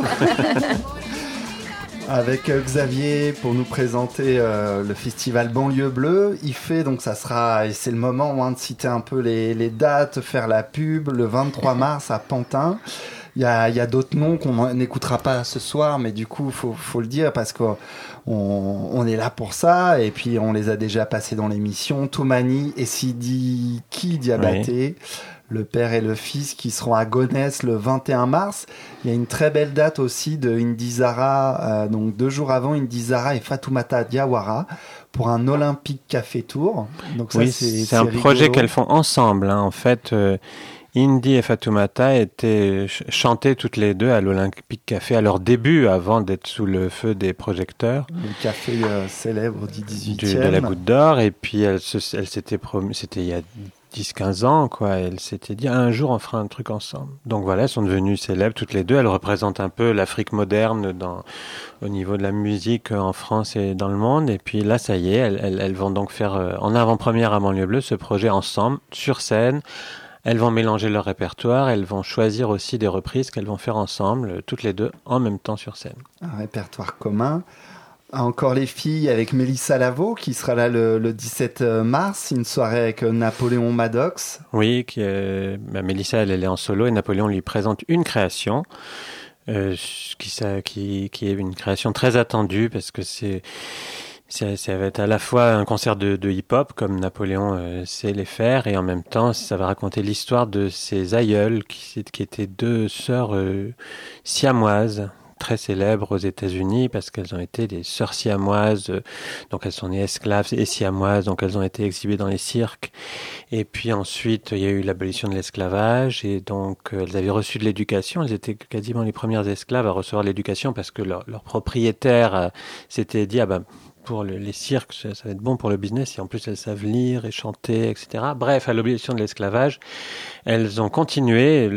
Avec Xavier pour nous présenter le festival Banlieue Bleue. Il fait, donc ça sera, et c'est le moment de citer un peu les dates, faire la pub, le 23 mars à Pantin. Il y a d'autres noms qu'on n'écoutera pas ce soir, mais du coup, faut le dire parce qu'on est là pour ça, et puis on les a déjà passés dans l'émission. Toumani et Sidi Diabaté, le père et le fils, qui seront à Gonesse le 21 mars. Il y a une très belle date aussi de Indy Zara, donc 2 jours avant, Indy Zara et Fatoumata Diawara pour un Olympique Café Tour. Donc ça, c'est un projet qu'elles font ensemble, hein. En fait, Indy et Fatoumata chantaient toutes les deux à l'Olympique Café à leur début, avant d'être sous le feu des projecteurs. Le café célèbre du 18e. De la Goutte d'Or. Et puis, elle s'était promis, c'était il y a 10-15 ans, quoi. Elle s'était dit, un jour, on fera un truc ensemble. Donc voilà, elles sont devenues célèbres toutes les deux. Elles représentent un peu l'Afrique moderne au niveau de la musique en France et dans le monde. Et puis là, ça y est, elles vont donc faire, en avant-première à Banlieue Bleue, ce projet ensemble, sur scène. Elles vont mélanger leur répertoire, elles vont choisir aussi des reprises qu'elles vont faire ensemble, toutes les deux, en même temps sur scène. Un répertoire commun. Encore les filles avec Mélissa Lavo, qui sera là le 17 mars, une soirée avec Napoléon Maddox. Oui, Mélissa, elle est en solo et Napoléon lui présente une création, qui est une création très attendue, parce que ça va être à la fois un concert de hip-hop, comme Napoléon sait les faire, et en même temps, ça va raconter l'histoire de ses aïeules, qui étaient 2 sœurs siamoises, très célèbres aux États-Unis, parce qu'elles ont été des sœurs siamoises, donc elles sont nées esclaves et siamoises, donc elles ont été exhibées dans les cirques. Et puis ensuite, il y a eu l'abolition de l'esclavage, et donc elles avaient reçu de l'éducation. Elles étaient quasiment les premières esclaves à recevoir de l'éducation, parce que leur propriétaire s'était dit, pour les cirques, ça va être bon pour le business, et en plus elles savent lire et chanter, etc. Bref, à l'obligation de l'esclavage, elles ont continué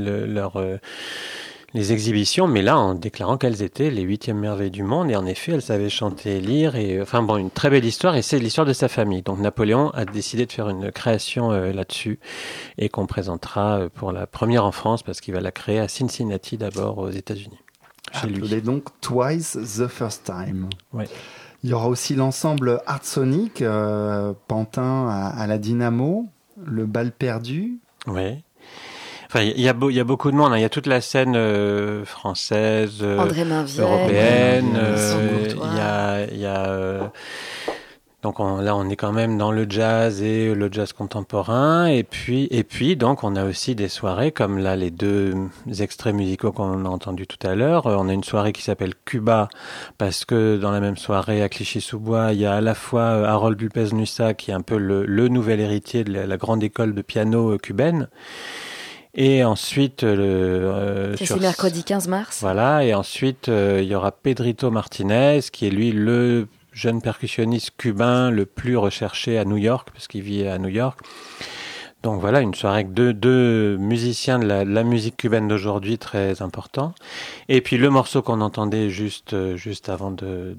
les exhibitions, mais là en déclarant qu'elles étaient les 8e merveilles du monde, et en effet elles savaient chanter et lire, et une très belle histoire, et c'est l'histoire de sa famille. Donc Napoléon a décidé de faire une création là-dessus, et qu'on présentera pour la première en France, parce qu'il va la créer à Cincinnati d'abord, aux États-Unis. Chez lui. Appelé donc Twice the First Time. Ouais. Il y aura aussi l'ensemble Art Sonic, Pantin à la Dynamo, le Bal Perdu. Oui. Enfin, il y a beaucoup de monde, hein. Il y a toute la scène française, européenne. Il y a donc là, on est quand même dans le jazz et le jazz contemporain. Et puis, donc, on a aussi des soirées comme là, les 2 extraits musicaux qu'on a entendus tout à l'heure. On a une soirée qui s'appelle Cuba, parce que dans la même soirée à Clichy-sous-Bois, il y a à la fois Harold Lupez-Nussa, qui est un peu le nouvel héritier de la grande école de piano cubaine. Et ensuite, c'est mercredi 15 mars. Voilà. Et ensuite, il y aura Pedrito Martinez, qui est lui le jeune percussionniste cubain le plus recherché à New York, parce qu'il vit à New York. Donc voilà, une soirée avec deux musiciens de la musique cubaine d'aujourd'hui très importants. Et puis le morceau qu'on entendait juste avant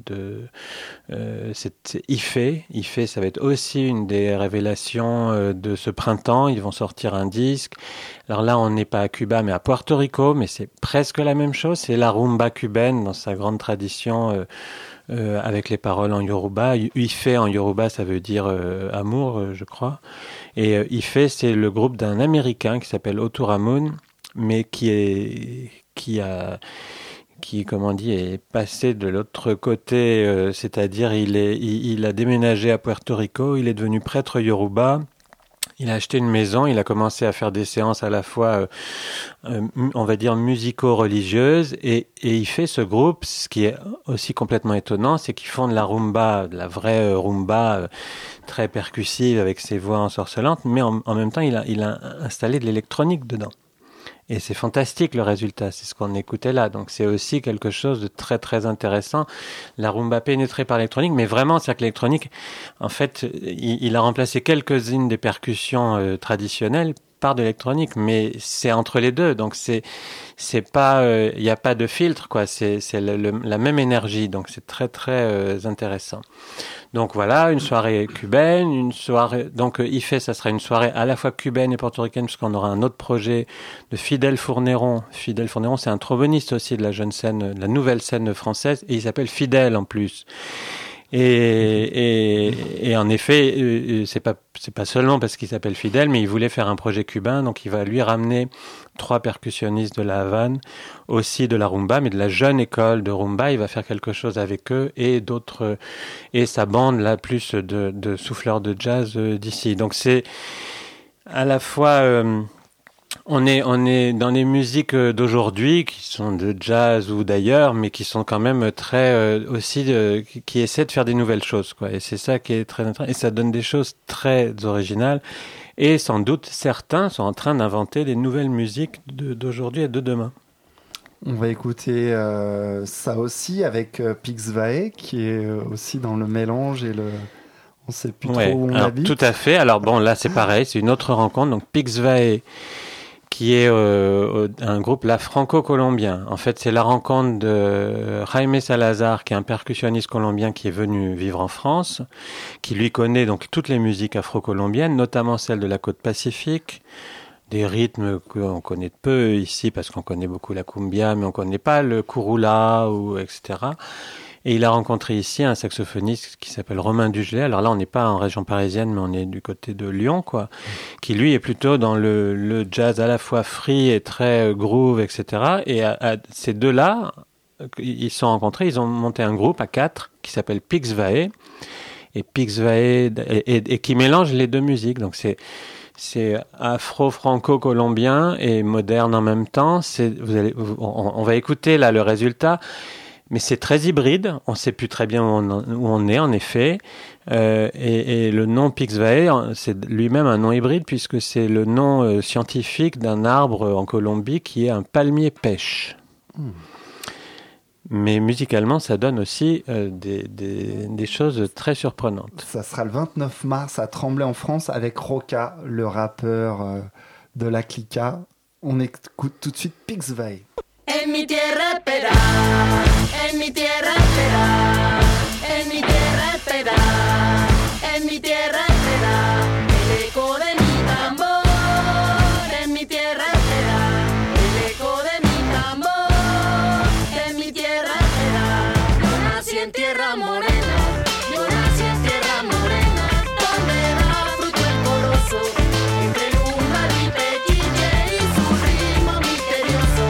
c'est Ifé. Ifé, ça va être aussi une des révélations de ce printemps. Ils vont sortir un disque. Alors là, on n'est pas à Cuba, mais à Puerto Rico, mais c'est presque la même chose. C'est la rumba cubaine dans sa grande tradition, avec les paroles en yoruba. Ifé en yoruba, ça veut dire amour, je crois. Et Ifé, c'est le groupe d'un Américain qui s'appelle Oturamun, mais qui est passé de l'autre côté, c'est-à-dire il a déménagé à Puerto Rico, il est devenu prêtre yoruba. Il a acheté une maison, il a commencé à faire des séances à la fois, on va dire, musico-religieuses, et il fait ce groupe. Ce qui est aussi complètement étonnant, c'est qu'ils font de la rumba, de la vraie rumba, très percussive, avec ses voix ensorcelantes, mais en même temps, il a installé de l'électronique dedans. Et c'est fantastique le résultat, c'est ce qu'on écoutait là. Donc c'est aussi quelque chose de très très intéressant. La rumba pénétrée par l'électronique, mais vraiment, c'est que l'électronique, en fait, il a remplacé quelques-unes des percussions traditionnelles part de l'électronique, mais c'est entre les deux. Donc c'est pas, il n'y a pas de filtre, quoi. C'est la même énergie. Donc c'est très très intéressant. Donc voilà, une soirée cubaine, une soirée. Donc IFE, ça sera une soirée à la fois cubaine et portoricaine, puisqu'on aura un autre projet de Fidel Fourneron. Fidel Fourneron, c'est un tromboniste aussi de la jeune scène, de la nouvelle scène française, et il s'appelle Fidel en plus. Et en effet, c'est pas seulement parce qu'il s'appelle Fidel, mais il voulait faire un projet cubain, donc il va lui ramener 3 percussionnistes de la Havane, aussi de la rumba, mais de la jeune école de rumba. Il va faire quelque chose avec eux et d'autres, et sa bande là plus de souffleurs de jazz d'ici. Donc c'est à la fois on est dans les musiques d'aujourd'hui qui sont de jazz ou d'ailleurs, mais qui sont quand même très aussi qui essaient de faire des nouvelles choses, quoi. Et c'est ça qui est très intéressant. Et ça donne des choses très originales. Et sans doute certains sont en train d'inventer des nouvelles musiques d'aujourd'hui et de demain. On va écouter ça aussi avec Pixvae, qui est aussi dans le mélange et le. On sait plus trop où on habite. Tout à fait. Alors bon, là c'est pareil, c'est une autre rencontre. Donc Pixvae, qui est un groupe là franco-colombien. En fait, c'est la rencontre de Jaime Salazar, qui est un percussionniste colombien qui est venu vivre en France, qui lui connaît donc toutes les musiques afro-colombiennes, notamment celles de la côte pacifique, des rythmes qu'on connaît peu ici parce qu'on connaît beaucoup la cumbia, mais on connaît pas le curula ou etc. Et il a rencontré ici un saxophoniste qui s'appelle Romain Dugelet. Alors là, on n'est pas en région parisienne, mais on est du côté de Lyon, quoi. Qui lui est plutôt dans le jazz à la fois free et très groove, etc. Et ces deux-là, ils se sont rencontrés, ils ont monté un groupe à 4 qui s'appelle Pixvae. Et Pixvae, et qui mélange les deux musiques. Donc c'est afro-franco-colombien et moderne en même temps. On va écouter là le résultat. Mais c'est très hybride, on ne sait plus très bien où on est en effet, et le nom Pixvae, c'est lui-même un nom hybride puisque c'est le nom scientifique d'un arbre en Colombie qui est un palmier pêche. Mais musicalement, ça donne aussi des choses très surprenantes. Ça sera le 29 mars à Tremblay en France avec Roca, le rappeur de la Clica. On écoute tout de suite Pixvae. En mi tierra espera, en mi tierra espera, en mi tierra espera, en mi tierra espera, el eco de mi tambor, en mi tierra espera, el eco de mi tambor, en mi tierra espera. Yo nací en tierra morena, yo nací en tierra morena, donde da fruto el corozo, entre lumbar y pequiche y su ritmo misterioso.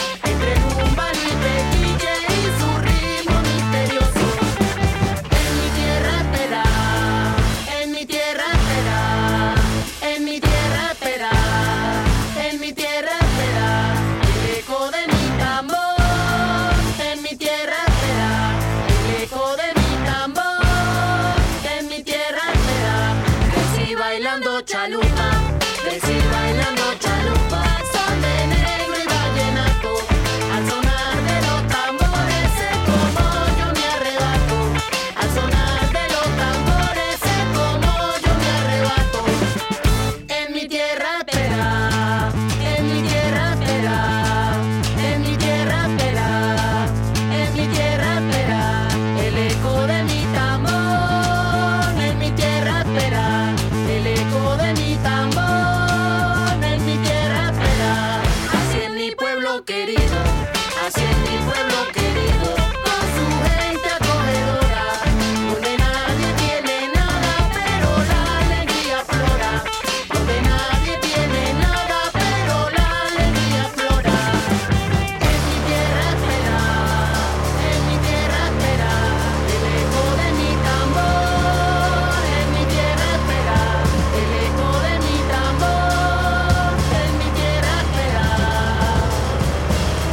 Chalupa, decir bailando chalupa, son de negro y vallenato, al sonar de los tambores es como yo me arrebato, al sonar de los tambores es como yo me arrebato. En mi tierra espera, en mi tierra espera, en mi tierra espera, en mi tierra espera, el eco de mi tambor, en mi tierra espera. El eco de mi tambor en mi tierra espera. Así es mi pueblo querido, así es mi pueblo querido, con su gente acogedora, donde nadie tiene nada, pero la alegría flora, donde nadie tiene nada, pero la alegría flora. En mi tierra espera, en mi tierra espera, el eco de mi tambor, en mi tierra espera. El eco de mi tambor en mi tierra espera.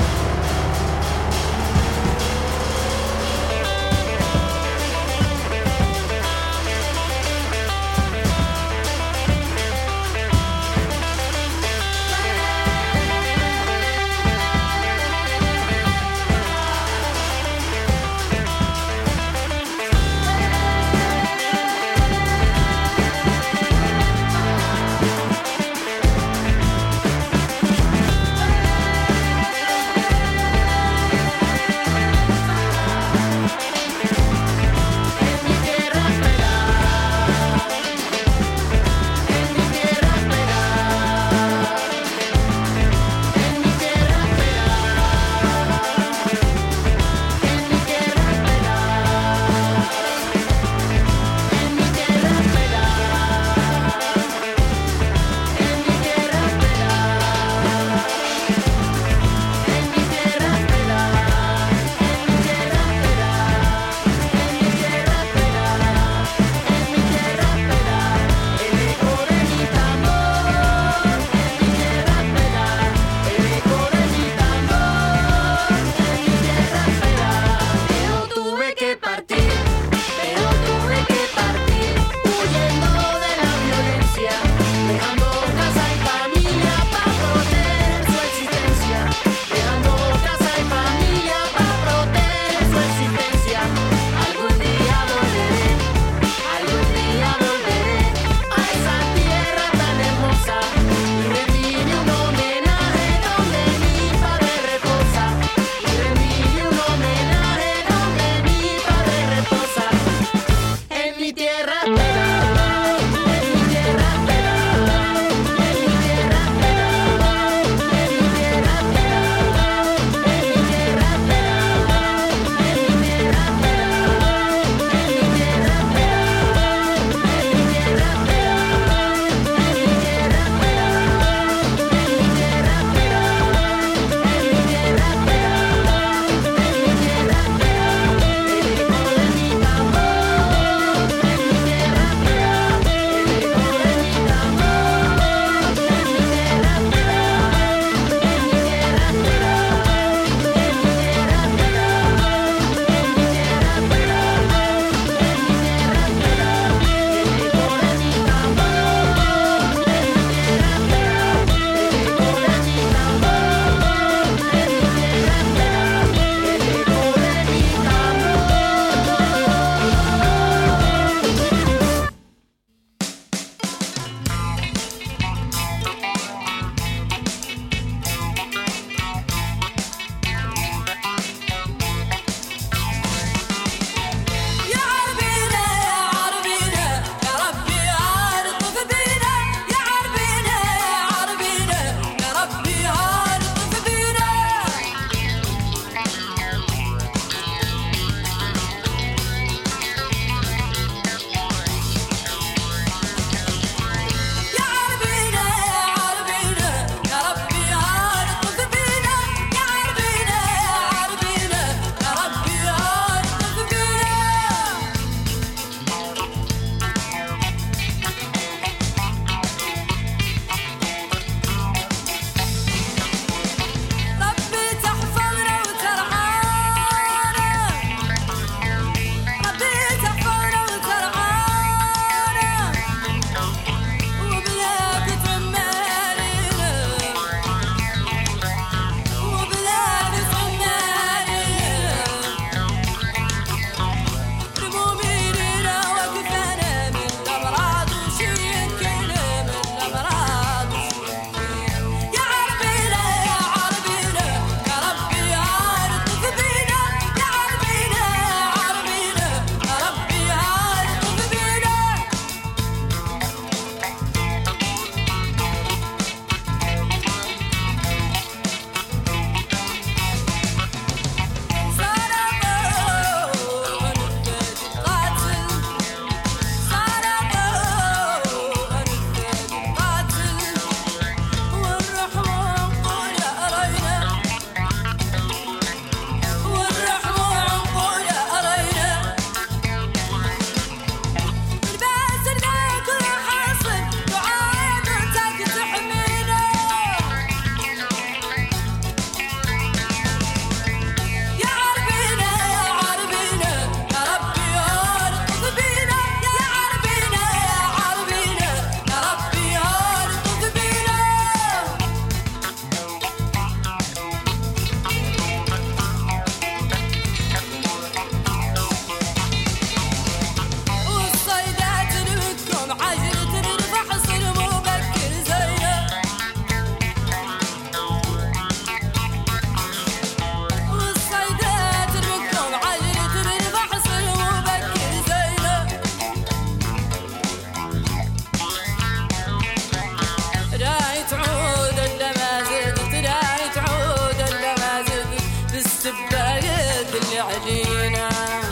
علينا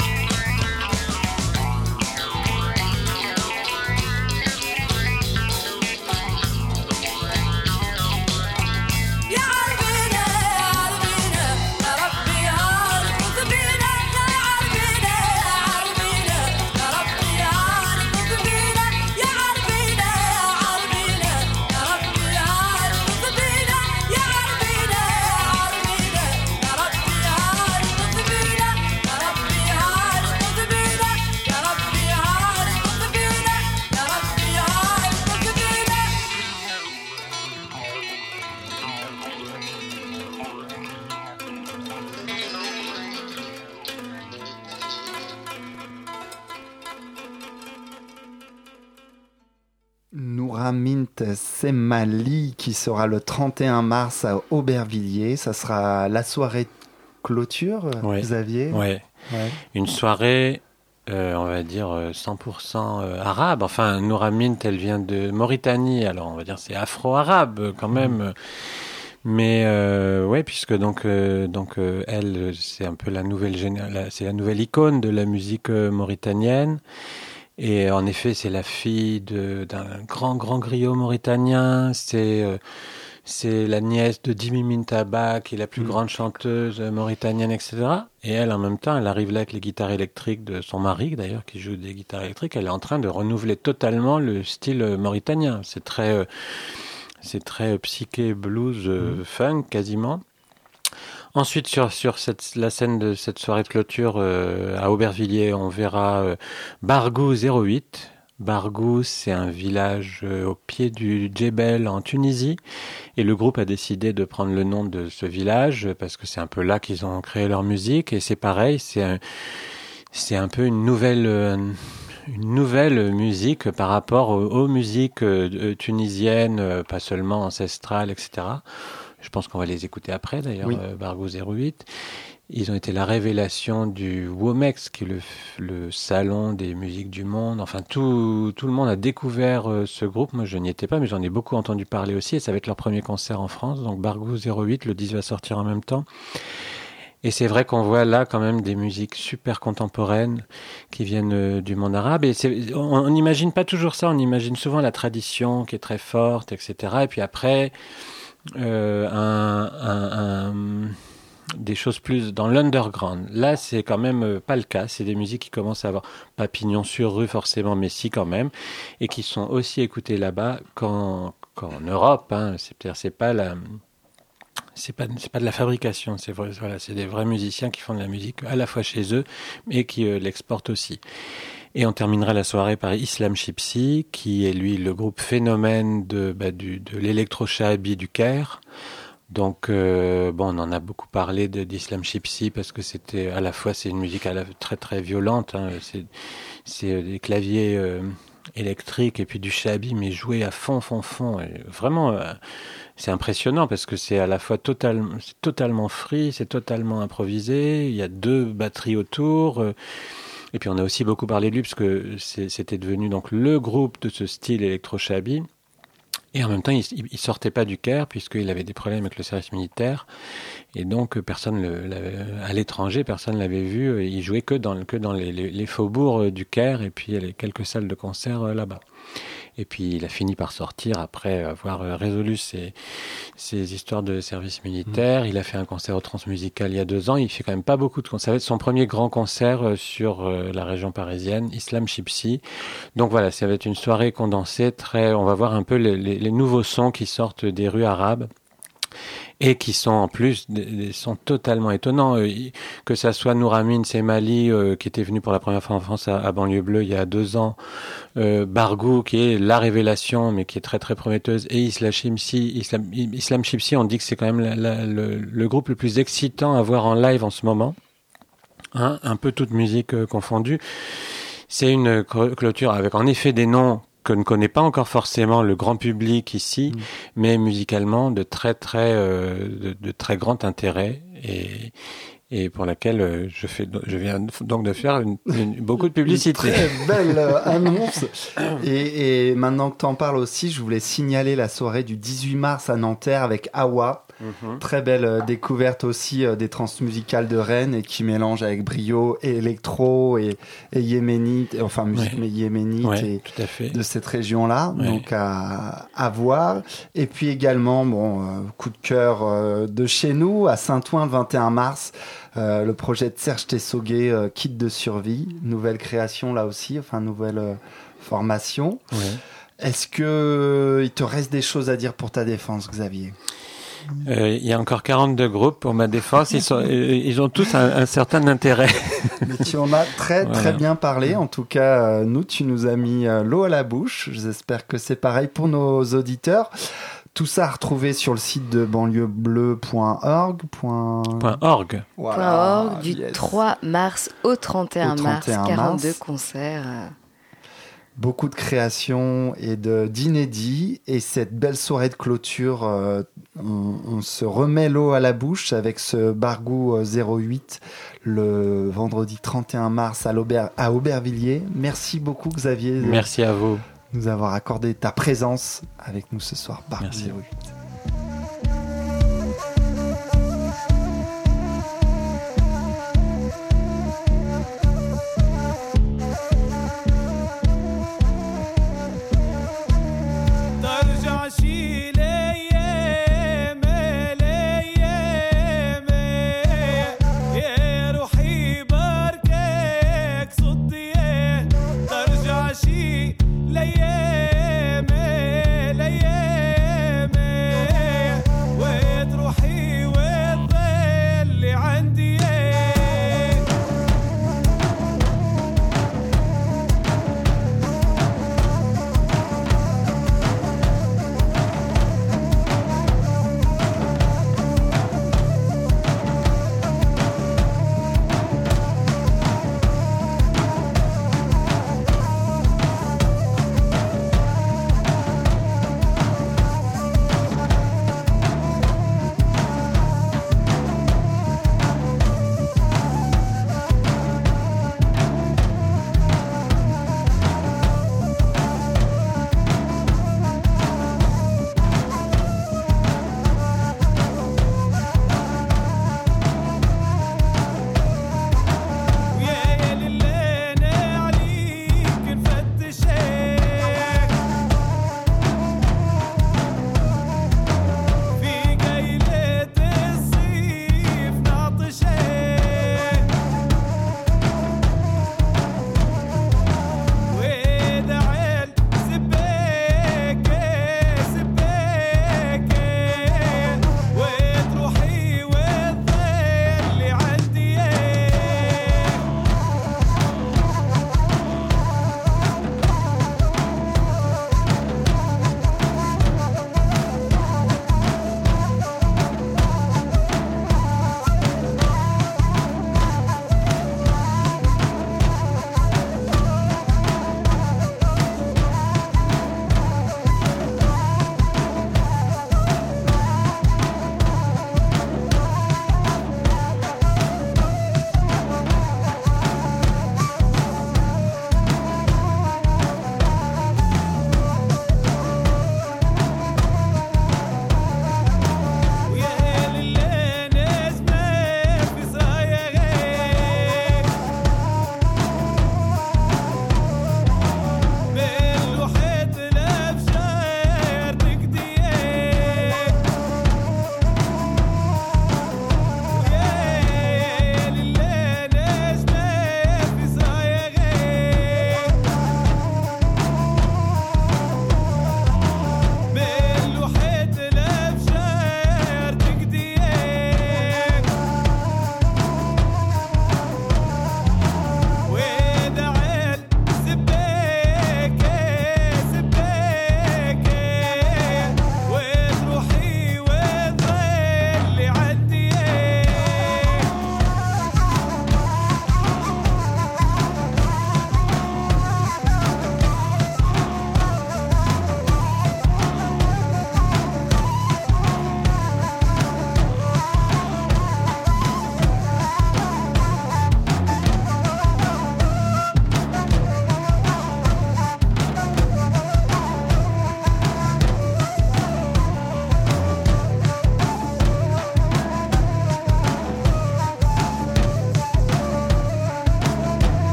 يا عربينا يا عربينا يا ربي عارف بينا يا عربينا يا عربينا يا ربي عارف بينا يا عربينا يا عربينا يا ربي عارف بينا يا عربينا يا عربينا يا ربي عارف بينا يا ربي عارف بينا يا ربي عارف بينا يا ربي عارف بينا Noura Mint Semali qui sera le 31 mars à Aubervilliers. Ça sera la soirée de clôture, Ouais. Xavier. Ouais. Ouais. Une soirée, on va dire 100% arabe. Enfin, Noura Mint, elle vient de Mauritanie, alors on va dire c'est afro-arabe quand même. Mais ouais, puisque donc elle, c'est un peu la nouvelle c'est la nouvelle icône de la musique mauritanienne. Et en effet, c'est la fille d'un grand griot mauritanien. C'est la nièce de Dimi Mintaba, qui est la plus grande chanteuse mauritanienne, etc. Et elle, en même temps, elle arrive là avec les guitares électriques de son mari, d'ailleurs, qui joue des guitares électriques. Elle est en train de renouveler totalement le style mauritanien. C'est très psyché, blues, funk, quasiment. Ensuite, sur la scène de cette soirée de clôture à Aubervilliers, on verra Bargou 08. Bargou, c'est un village au pied du Djebel en Tunisie. Et le groupe a décidé de prendre le nom de ce village parce que c'est un peu là qu'ils ont créé leur musique. Et c'est pareil, c'est un peu une nouvelle musique par rapport aux musiques tunisiennes, pas seulement ancestrales, etc. Je pense qu'on va les écouter après, d'ailleurs, Oui. Bargou 08. Ils ont été la révélation du WOMEX, qui est le salon des musiques du monde. Enfin, tout le monde a découvert ce groupe. Moi, je n'y étais pas, mais j'en ai beaucoup entendu parler aussi. Et ça va être leur premier concert en France. Donc, Bargou 08, le 10 va sortir en même temps. Et c'est vrai qu'on voit là quand même des musiques super contemporaines qui viennent du monde arabe. Et on n'imagine pas toujours ça. On imagine souvent la tradition qui est très forte, etc. Et puis après... des choses plus dans l'underground. Là, c'est quand même pas le cas. C'est des musiques qui commencent à avoir pas pignon sur rue forcément, mais si quand même, et qui sont aussi écoutées là-bas qu'en Europe. Hein. C'est pas de la fabrication. C'est vrai, voilà, c'est des vrais musiciens qui font de la musique à la fois chez eux, mais qui l'exportent aussi. Et on terminera la soirée par Islam Chipsi, qui est lui le groupe phénomène de l'électro-shahabi du Caire. Donc, on en a beaucoup parlé d'Islam Chipsi parce que c'était à la fois c'est une musique très très violente. Hein, c'est des claviers électriques et puis du shahabi mais joué à fond. Et vraiment, c'est impressionnant parce que c'est à la fois totalement free, c'est totalement improvisé. Il y a 2 batteries autour. Et puis on a aussi beaucoup parlé de lui parce que c'était devenu donc le groupe de ce style électro-shahabi. Et en même temps, il sortait pas du Caire puisqu'il avait des problèmes avec le service militaire. Et donc, à l'étranger, personne l'avait vu. Il jouait que dans les faubourgs du Caire et puis il y a les quelques salles de concert là-bas. Et puis, il a fini par sortir après avoir résolu ses histoires de service militaire. Il a fait un concert au Transmusical il y a 2 ans. Il fait quand même pas beaucoup de concerts. Ça va être son premier grand concert sur la région parisienne, Islam Chipsi. Donc voilà, ça va être une soirée condensée. On va voir un peu les nouveaux sons qui sortent des rues arabes. Et qui sont en plus des sons totalement étonnants, que ça soit Noura Mint Semali qui était venu pour la première fois en France à Banlieue Bleue il y a 2 ans, Bargou qui est la révélation mais qui est très très prometteuse, et Islam Chipsi, on dit que c'est quand même le groupe le plus excitant à voir en live en ce moment, hein, un peu toute musique confondue. C'est une clôture avec en effet des noms que ne connaît pas encore forcément le grand public ici, mais musicalement de très grand intérêt et pour laquelle je viens donc de faire beaucoup de publicité. Une très belle annonce. Et maintenant que tu en parles aussi, je voulais signaler la soirée du 18 mars à Nanterre avec Awa. Très belle découverte aussi des transmusicales de Rennes et qui mélange avec brio et électro et yéménite, enfin musique yéménite et tout à fait. de cette région-là, donc à voir. Et puis également, coup de cœur de chez nous, à Saint-Ouen le 21 mars, le projet de Serge Tessoguet, Kit de survie, nouvelle création là aussi, enfin nouvelle formation. Ouais. Est-ce que il te reste des choses à dire pour ta défense, Xavier ? Il y a encore 42 groupes pour ma défense. Ils ont tous un certain intérêt. Mais tu en as très bien parlé. En tout cas, tu nous as mis l'eau à la bouche. J'espère que c'est pareil pour nos auditeurs. Tout ça à retrouver sur le site de banlieusbleu.org. Voilà, .org du 3 mars au 31 mars, 42 concerts. Beaucoup de créations et d'inédits. Et cette belle soirée de clôture, on se remet l'eau à la bouche avec ce Bargou 08 le vendredi 31 mars à Aubervilliers. Merci beaucoup, Xavier. Merci à vous. De nous avoir accordé ta présence avec nous ce soir. Bargou 08. ليامي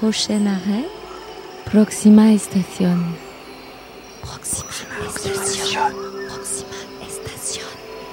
Prochain arrêt, Proxima Estación. Proxima Estación. Proxima Estación.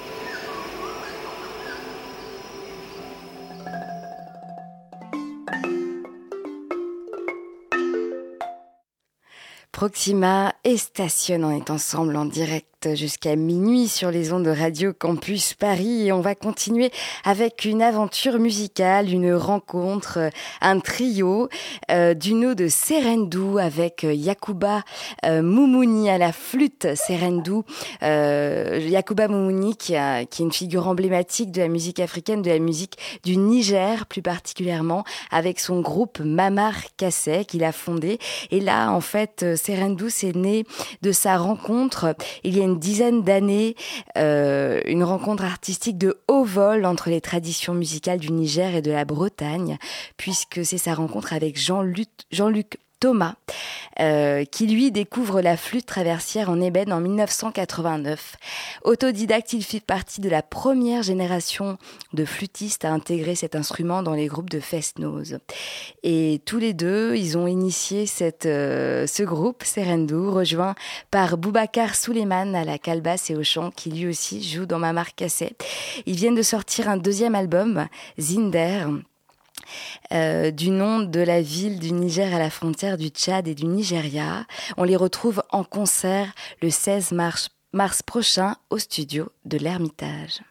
Proxima Estación, on est ensemble en direct jusqu'à minuit sur les ondes de Radio Campus Paris et on va continuer avec une aventure musicale, une rencontre, un trio du nom de Serendou avec Yacouba Moumouni à la flûte. Serendou, Yacouba Moumouni qui est une figure emblématique de la musique africaine, de la musique du Niger plus particulièrement, avec son groupe Mamar Kassé qu'il a fondé. Et là, en fait, Serendou, c'est né de sa rencontre il y a une dizaine d'années, une rencontre artistique de haut vol entre les traditions musicales du Niger et de la Bretagne, puisque c'est sa rencontre avec Jean-Luc Thomas, qui lui découvre la flûte traversière en ébène en 1989. Autodidacte, il fit partie de la première génération de flûtistes à intégrer cet instrument dans les groupes de Fest-Noz. Et tous les deux, ils ont initié ce groupe, Serendou, rejoint par Boubacar Souleymane à la calebasse et au chant, qui lui aussi joue dans Mamar Kassé. Ils viennent de sortir un deuxième album, Zinder, du nom de la ville du Niger à la frontière du Tchad et du Nigeria. On les retrouve en concert le 16 mars prochain au studio de l'Ermitage.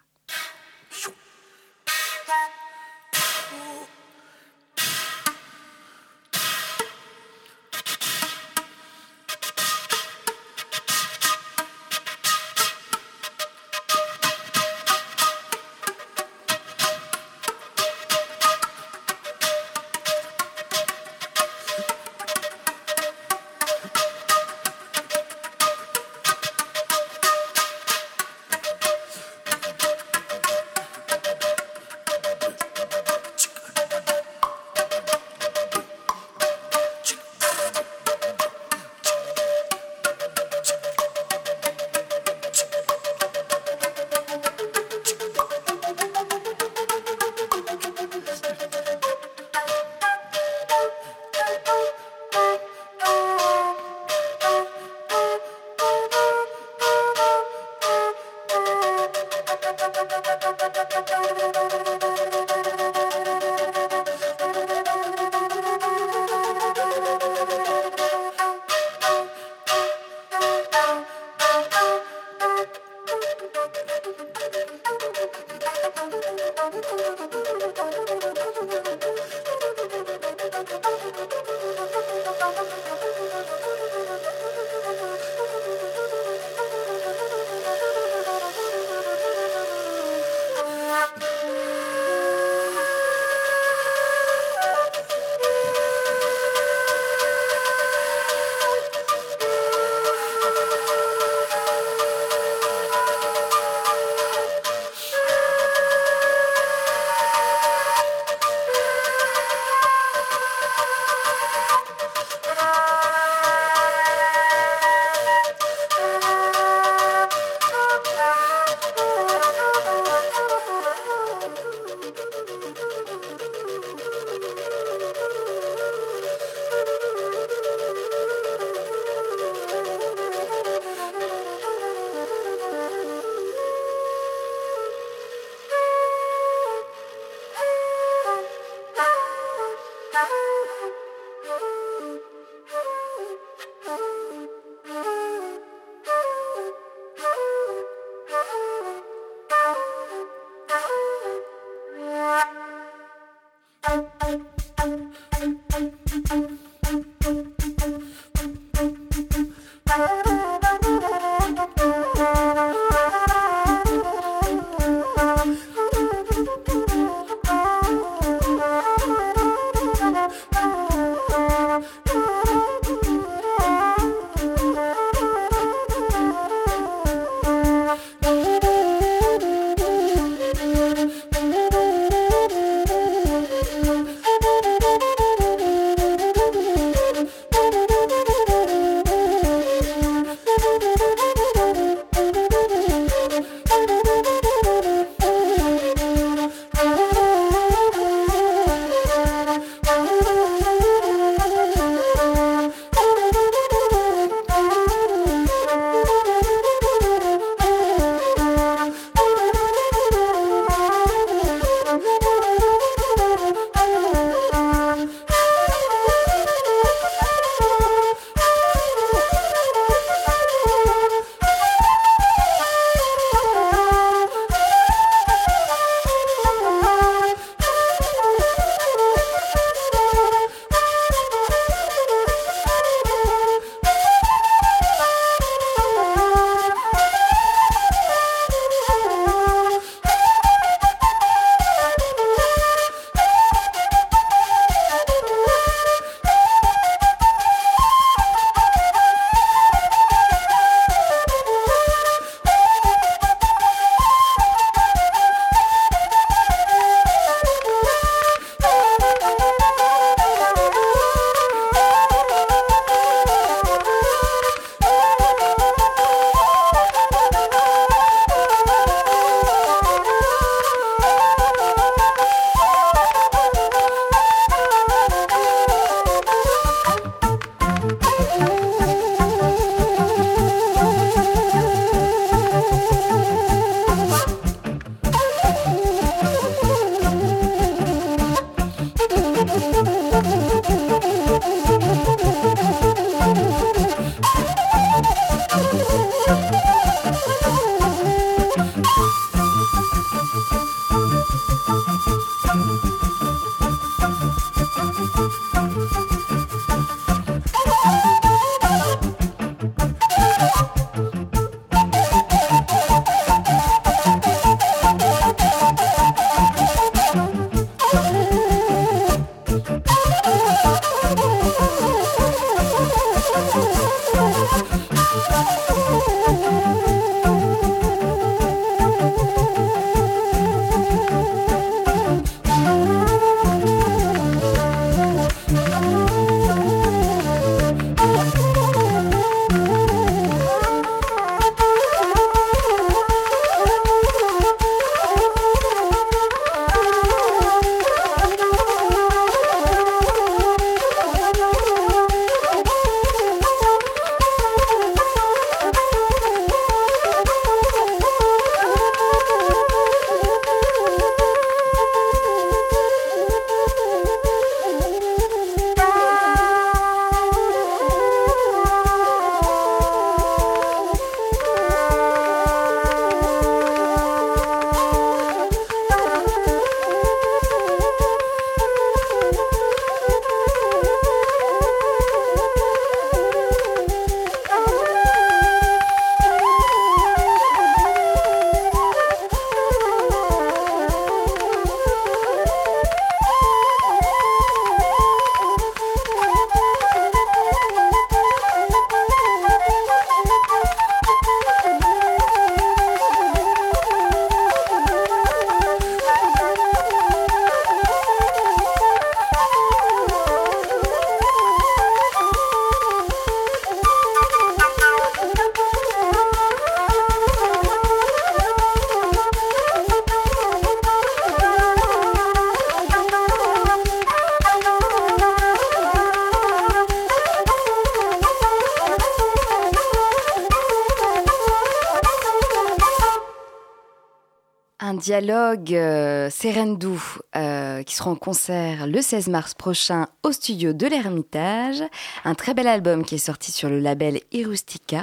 Un dialogue Serendou qui sera en concert le 16 mars prochain au studio de l'Ermitage. Un très bel album qui est sorti sur le label Irustica,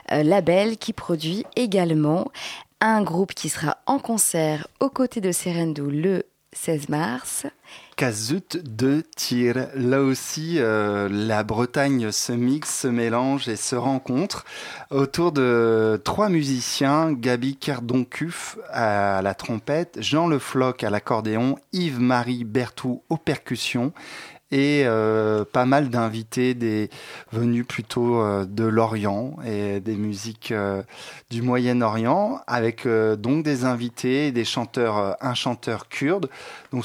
label qui produit également un groupe qui sera en concert aux côtés de Serendou le 16 mars. Casut de Tir. Là aussi, la Bretagne se mixe, se mélange et se rencontre autour de 3 musiciens, Gabi Kerdoncuf à la trompette, Jean Le Floch à l'accordéon, Yves-Marie Berthou aux percussions et pas mal d'invités venus plutôt de l'Orient et des musiques du Moyen-Orient, avec donc des invités, des chanteurs, un chanteur kurde. Donc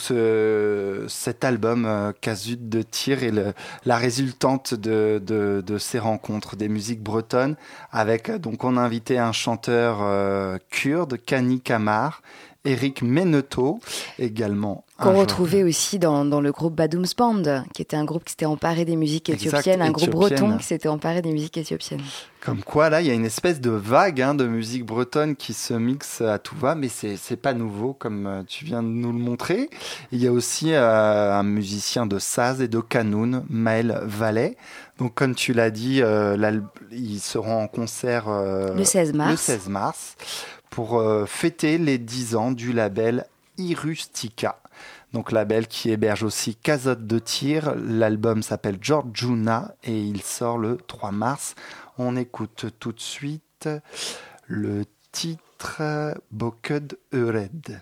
cet album Casut de Tir est la résultante de ces rencontres des musiques bretonnes, avec donc on a invité un chanteur kurde, Kani Kamar, Eric Meneteau également. Qu'on retrouvait aussi dans le groupe Badoums Band, qui était un groupe qui s'était emparé des musiques éthiopiennes, un groupe breton qui s'était emparé des musiques éthiopiennes. Comme quoi, là, il y a une espèce de vague de musique bretonne qui se mixe à tout va, mais c'est pas nouveau, comme tu viens de nous le montrer. Il y a aussi un musicien de saz et de kanoun, Maël Vallet. Donc, comme tu l'as dit, ils seront en concert le 16 mars pour fêter les 10 ans du label Irustica. Donc label qui héberge aussi Casut de Tir. L'album s'appelle Georgiuna et il sort le 3 mars. On écoute tout de suite le titre Boked Eured.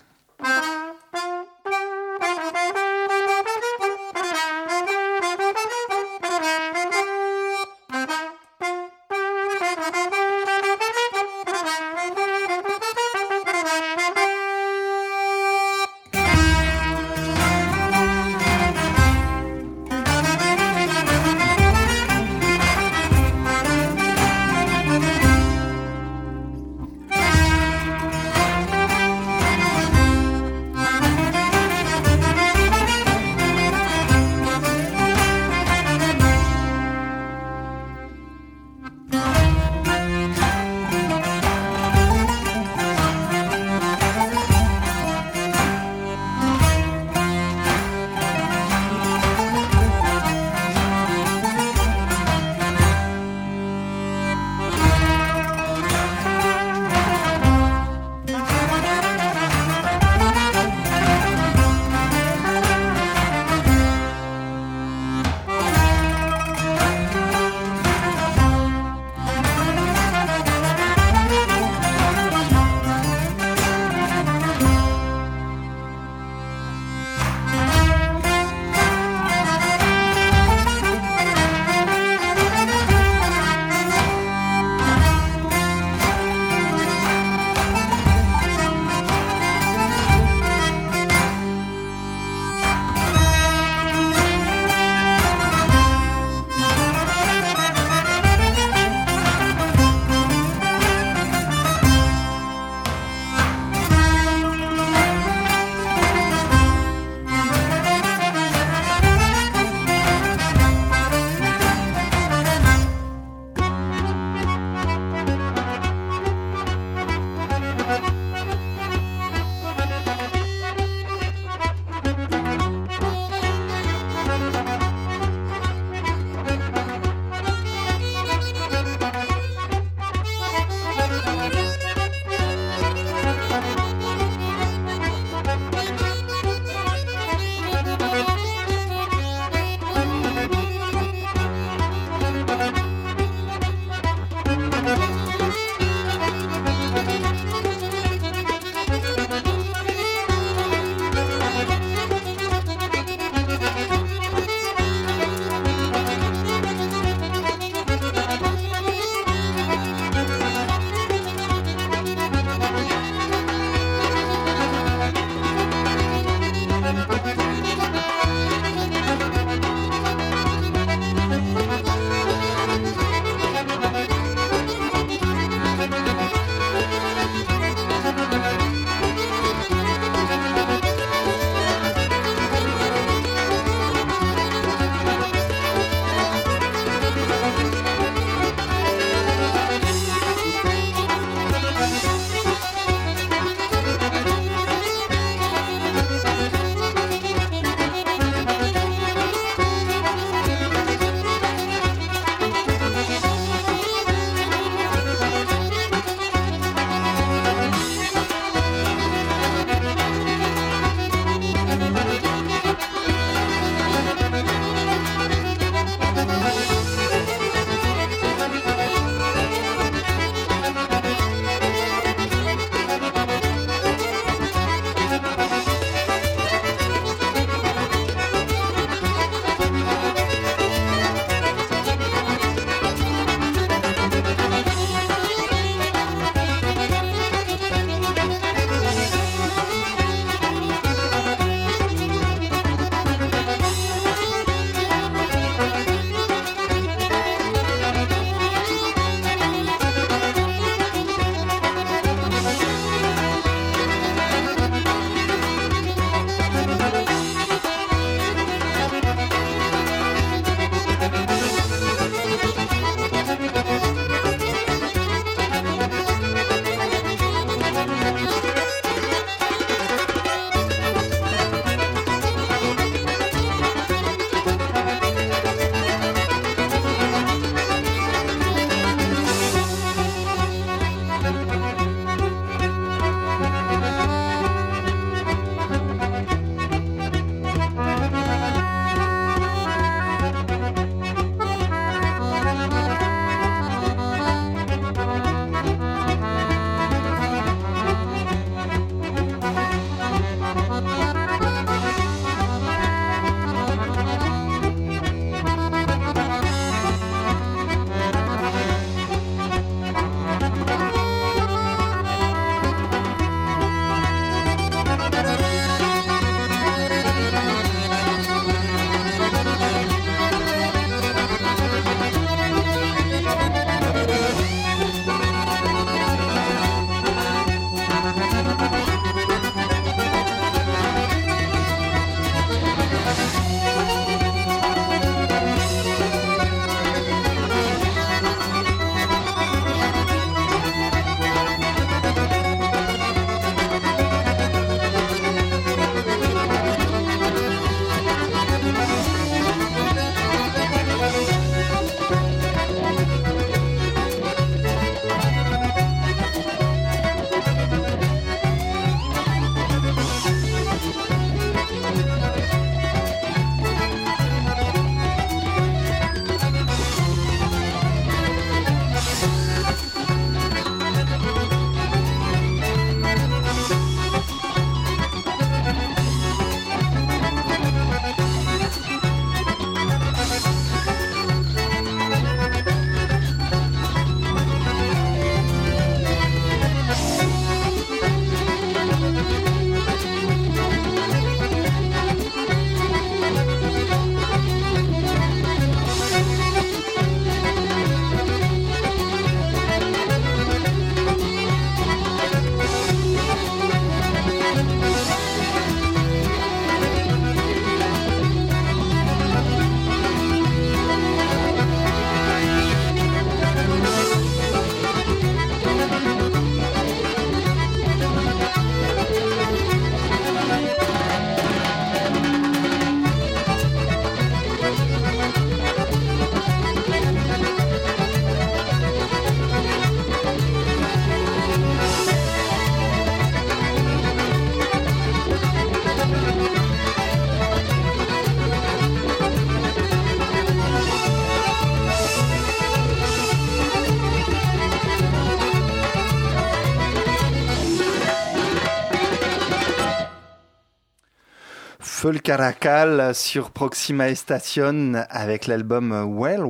Feu le Caracal sur Proxima Station avec l'album Well,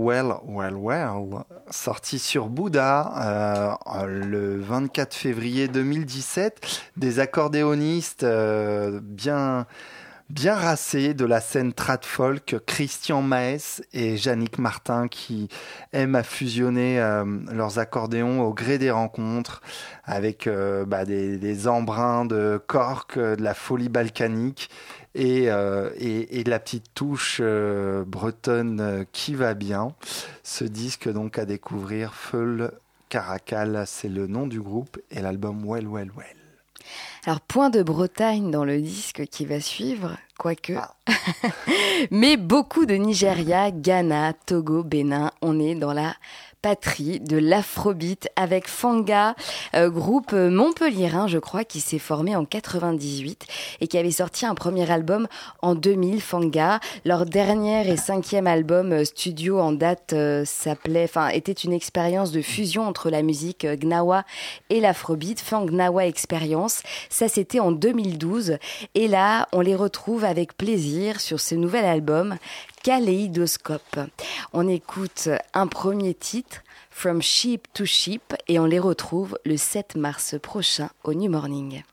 sorti sur Bouddha le 24 février 2017. Des accordéonistes bien racés de la scène trad folk, Christian Maes et Yannick Martin, qui aiment à fusionner leurs accordéons au gré des rencontres avec des embruns de cork, de la folie balkanique et de la petite touche bretonne qui va bien. Ce disque donc à découvrir, Feu Caracal, c'est le nom du groupe, et l'album Well. Alors, point de Bretagne dans le disque qui va suivre, quoique. Mais beaucoup de Nigeria, Ghana, Togo, Bénin, on est dans la patrie de l'afrobeat avec Fanga, groupe montpelliérain, je crois, qui s'est formé en 98 et qui avait sorti un premier album en 2000, Fanga. Leur dernier et 5e album studio en date était une expérience de fusion entre la musique gnawa et l'afrobeat, Fang Gnawa Experience. Ça, c'était en 2012. Et là, on les retrouve avec plaisir sur ce nouvel album, Kaléidoscope. On écoute un premier titre, From Sheep to Sheep, et on les retrouve le 7 mars prochain au New Morning.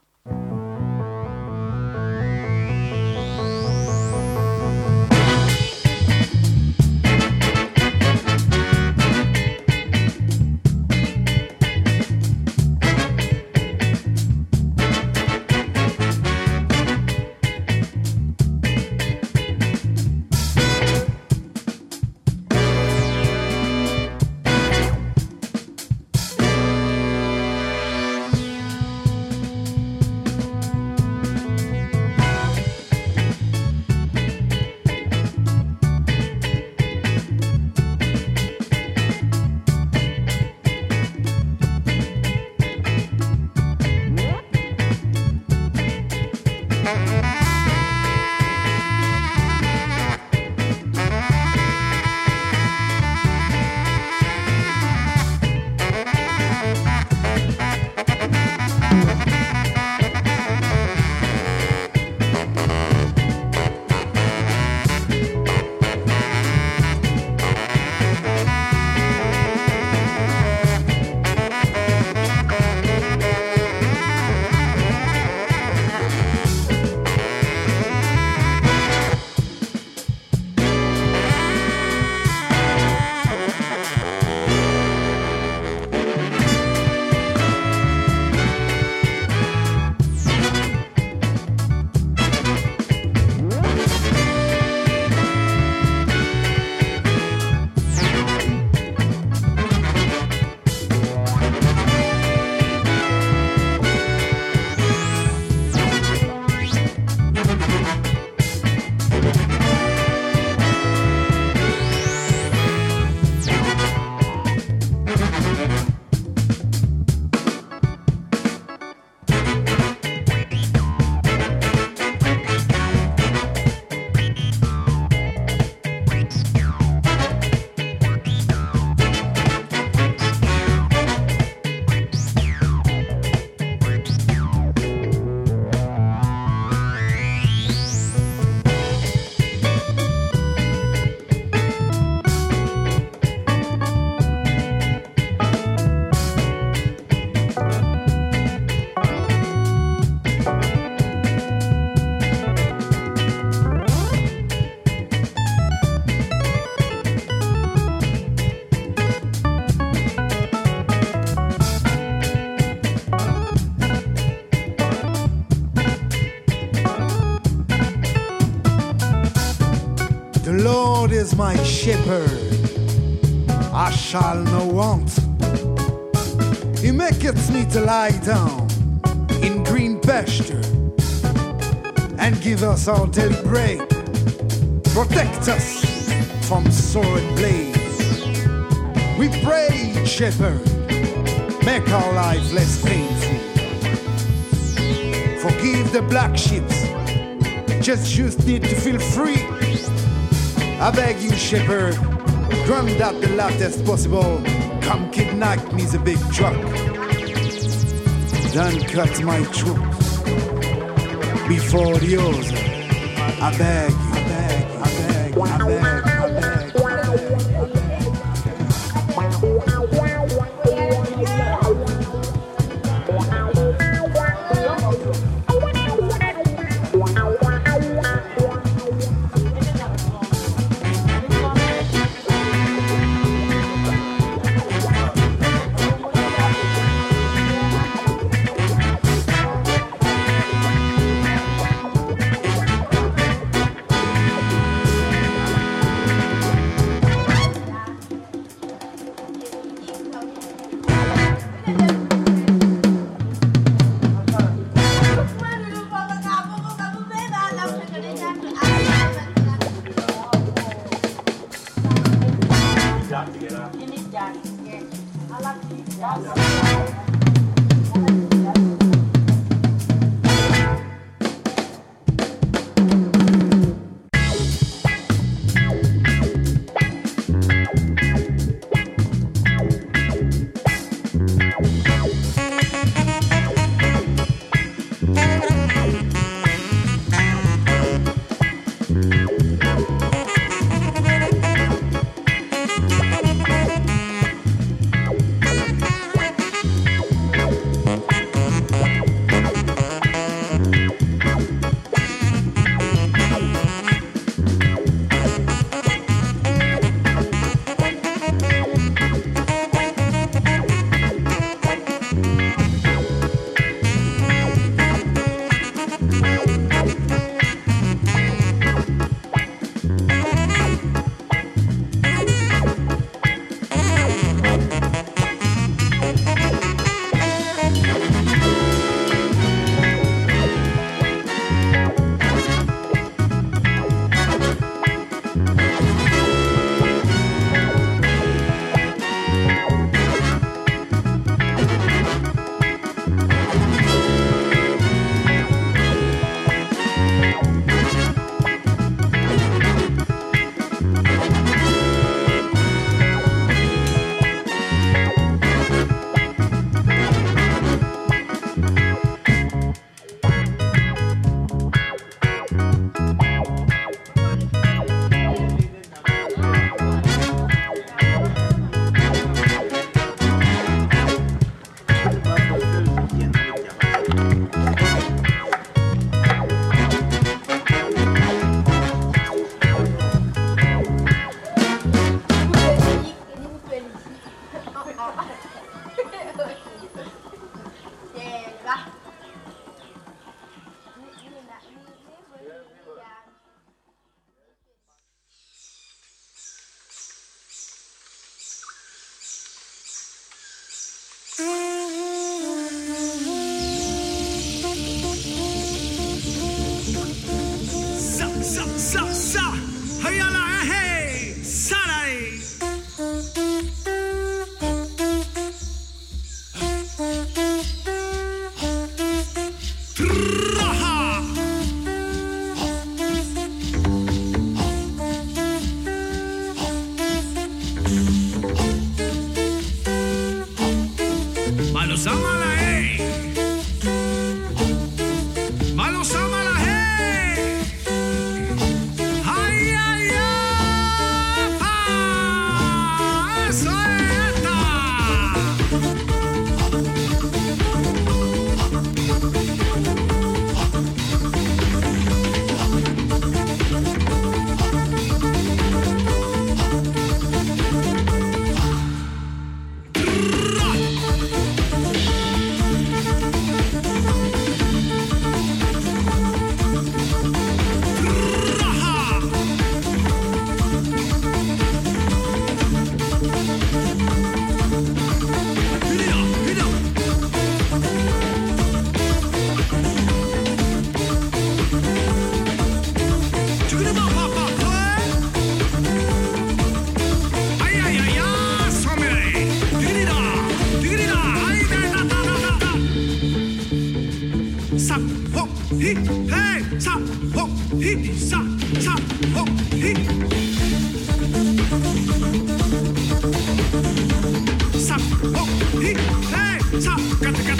The Lord is my shepherd, I shall not want. He maketh me to lie down in green pasture, and give us our daily bread. Protect us from sword and blade. We pray, shepherd, make our life less painful. Forgive the black sheep, just need to feel free. I beg you, shepherd, grant that the latest possible. Come kidnap me the big truck, then cut my throat before the others I beg you, I beg you, I beg you, I beg you, I beg you, I beg you.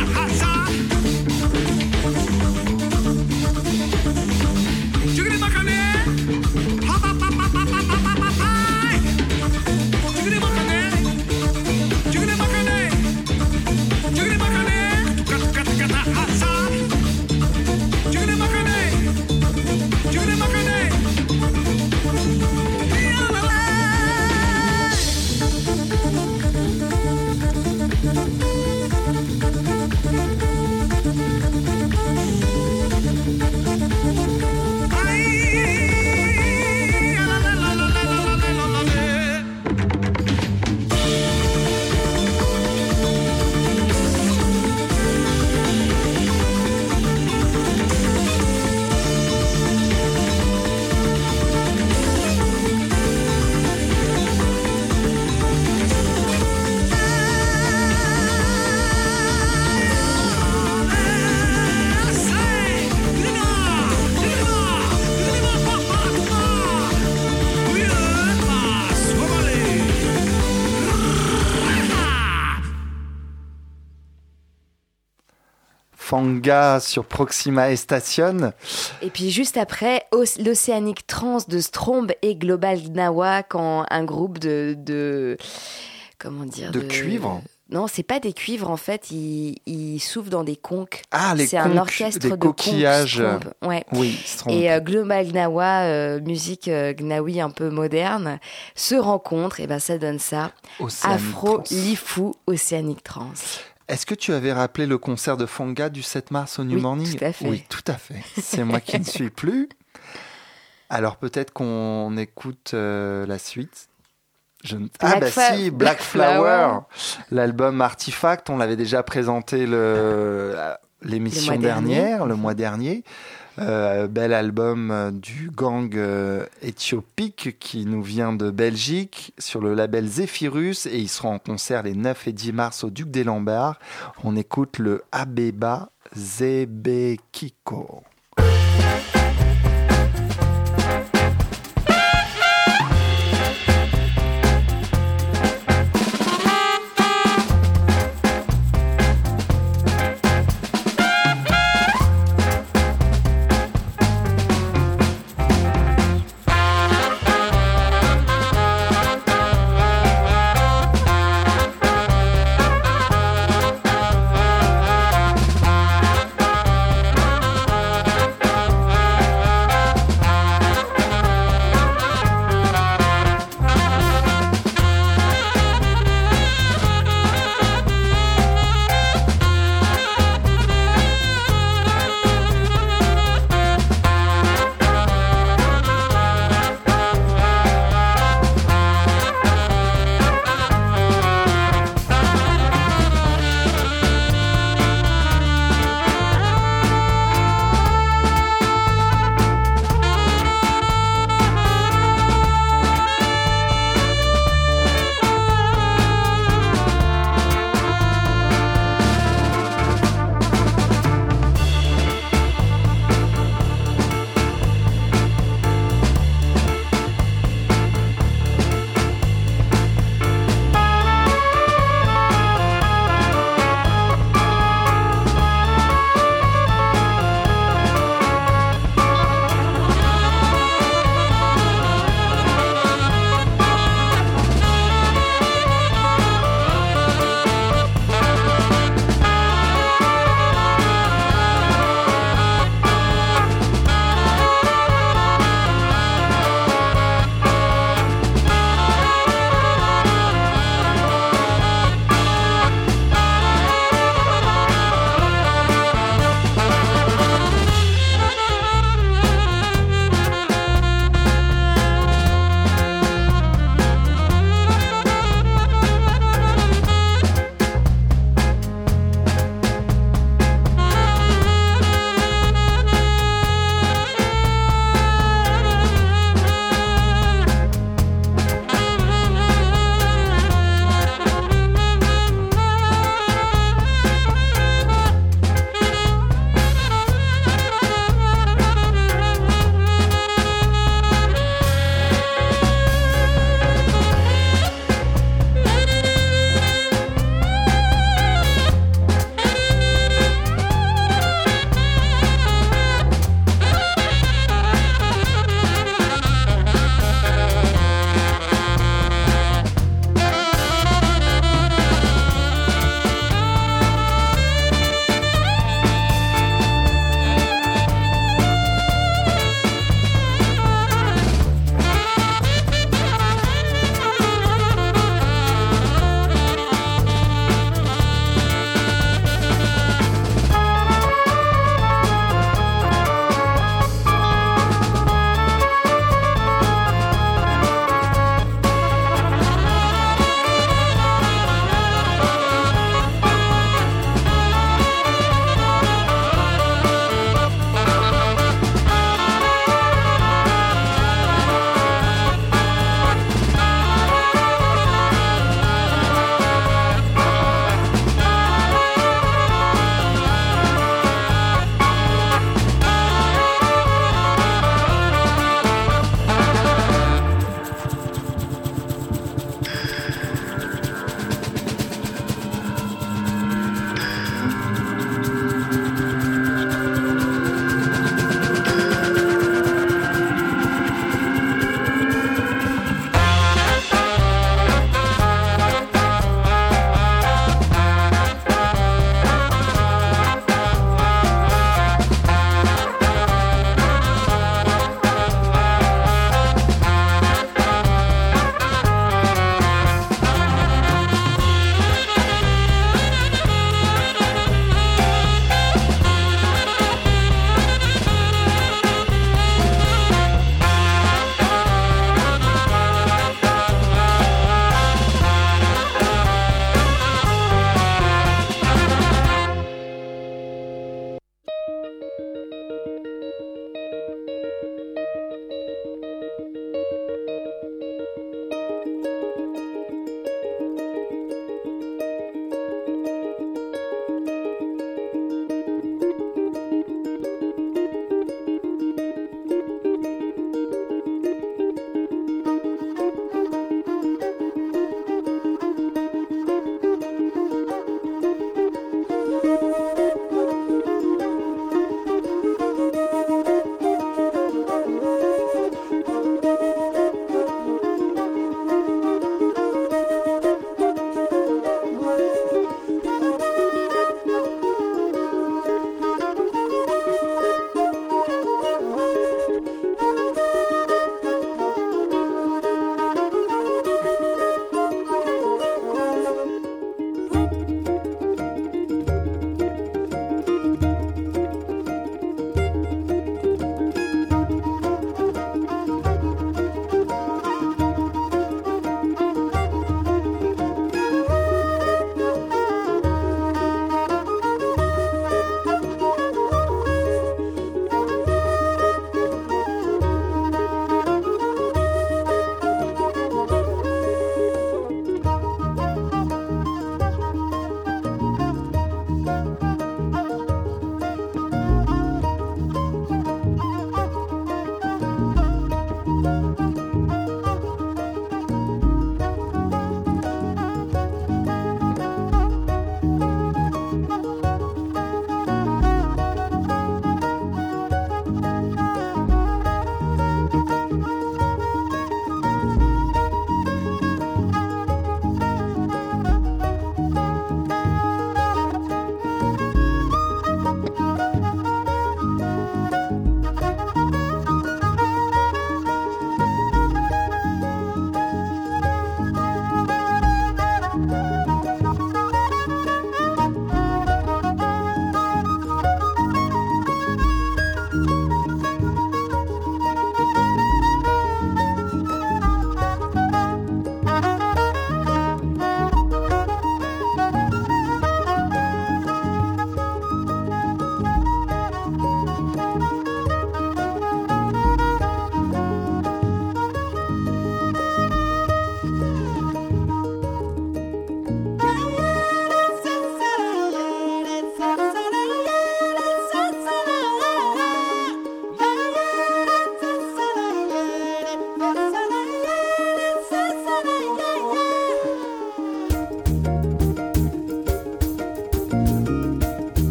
Juggle Fanga sur Proxima Station. Et puis juste après, l'Océanic Trance de Strombe et Global Gnawa, quand un groupe de comment dire, de cuivre. Non, c'est pas des cuivres en fait, ils soufflent dans des conques. Ah, les c'est conques, un orchestre des de coquillages. Conques, Strombe. Ouais. Oui, Strombe. Et Global Gnawa, musique gnawi un peu moderne, se rencontrent et ben ça donne ça. Océanic Afro Trance. Lifu Océanic Trance. Est-ce que tu avais rappelé le concert de Fanga du 7 mars au New Morning ? Tout à fait. Oui, tout à fait. C'est moi qui ne suis plus. Alors peut-être qu'on écoute la suite. Black Flower, l'album Artifact, on l'avait déjà présenté l'émission dernière, le mois dernier. Bel album du gang éthiopique qui nous vient de Belgique sur le label Zephyrus et ils seront en concert les 9 et 10 mars au Duc des Lombards. On écoute le Abeba Zebekiko.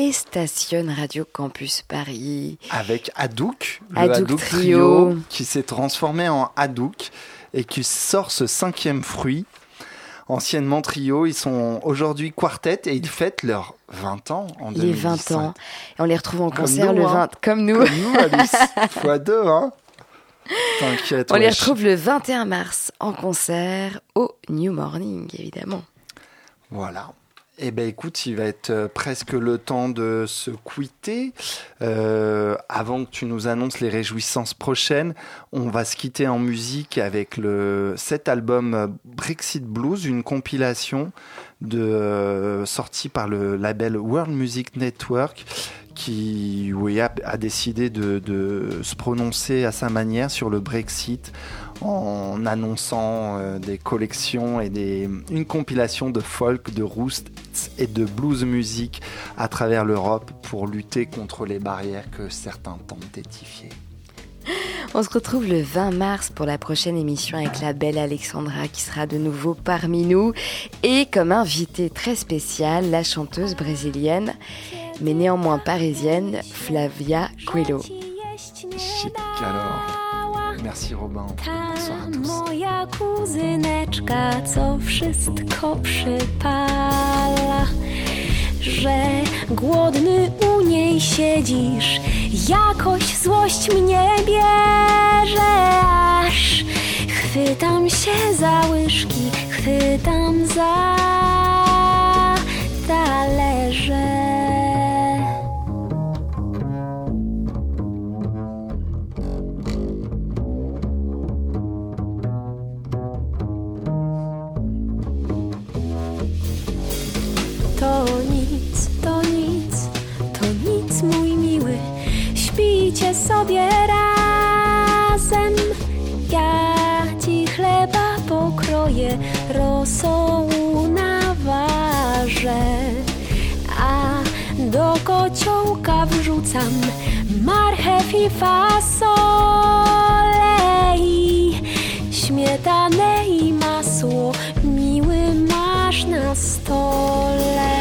et Station Radio Campus Paris. Avec Hadouk, le Hadouk Trio, qui s'est transformé en Hadouk et qui sort ce 5e fruit. Anciennement trio, ils sont aujourd'hui quartet et ils fêtent leurs 20 ans en 2017. Les 20 ans. Et on les retrouve en concert nous, le 20... Comme nous. Comme nous, Alice. x2, hein. T'inquiète. On les retrouve le 21 mars en concert au New Morning, évidemment. Voilà. Eh bien, écoute, il va être presque le temps de se quitter. Avant que tu nous annonces les réjouissances prochaines, on va se quitter en musique avec cet album Brexit Blues, une compilation sortie par le label World Music Network, qui a décidé de se prononcer à sa manière sur le Brexit en annonçant des collections et une compilation de folk, de roots et de blues music à travers l'Europe pour lutter contre les barrières que certains tentent d'édifier. On se retrouve le 20 mars pour la prochaine émission avec la belle Alexandra qui sera de nouveau parmi nous et comme invitée très spéciale, la chanteuse brésilienne mais néanmoins parisienne Flavia Coelho. Chic alors. Merci Robin. Bonsoir à tous. Moja kuzyneczka, co wszystko przypala, że głodny u niej siedzisz, jakoś złość mnie bierze, aż chwytam się za łyżki, chwytam za talerze. To nic, mój miły, śpijcie sobie razem. Ja ci chleba pokroję, rosołu naważę, a do kociołka wrzucam marchew i fasolę i śmietanę i masło, miły masz na stole.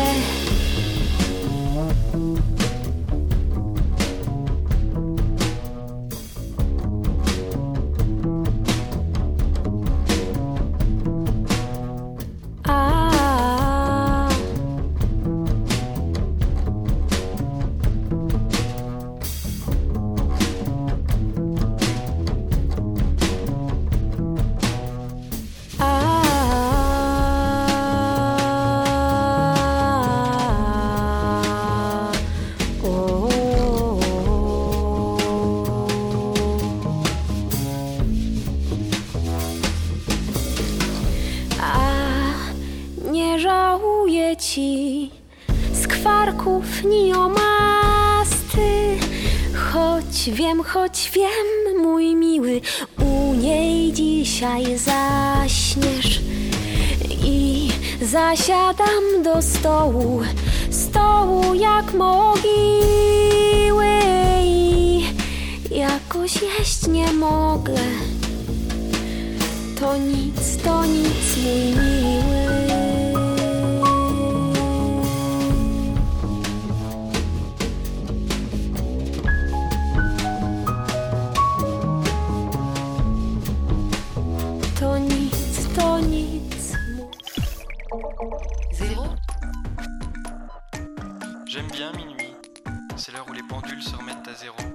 Ci skwarków ni omasty, choć wiem, mój miły, u niej dzisiaj zaśniesz i zasiadam do stołu jak mogiły i jakoś jeść nie mogę. To nic, mój miły. J'aime bien minuit, c'est l'heure où les pendules se remettent à zéro.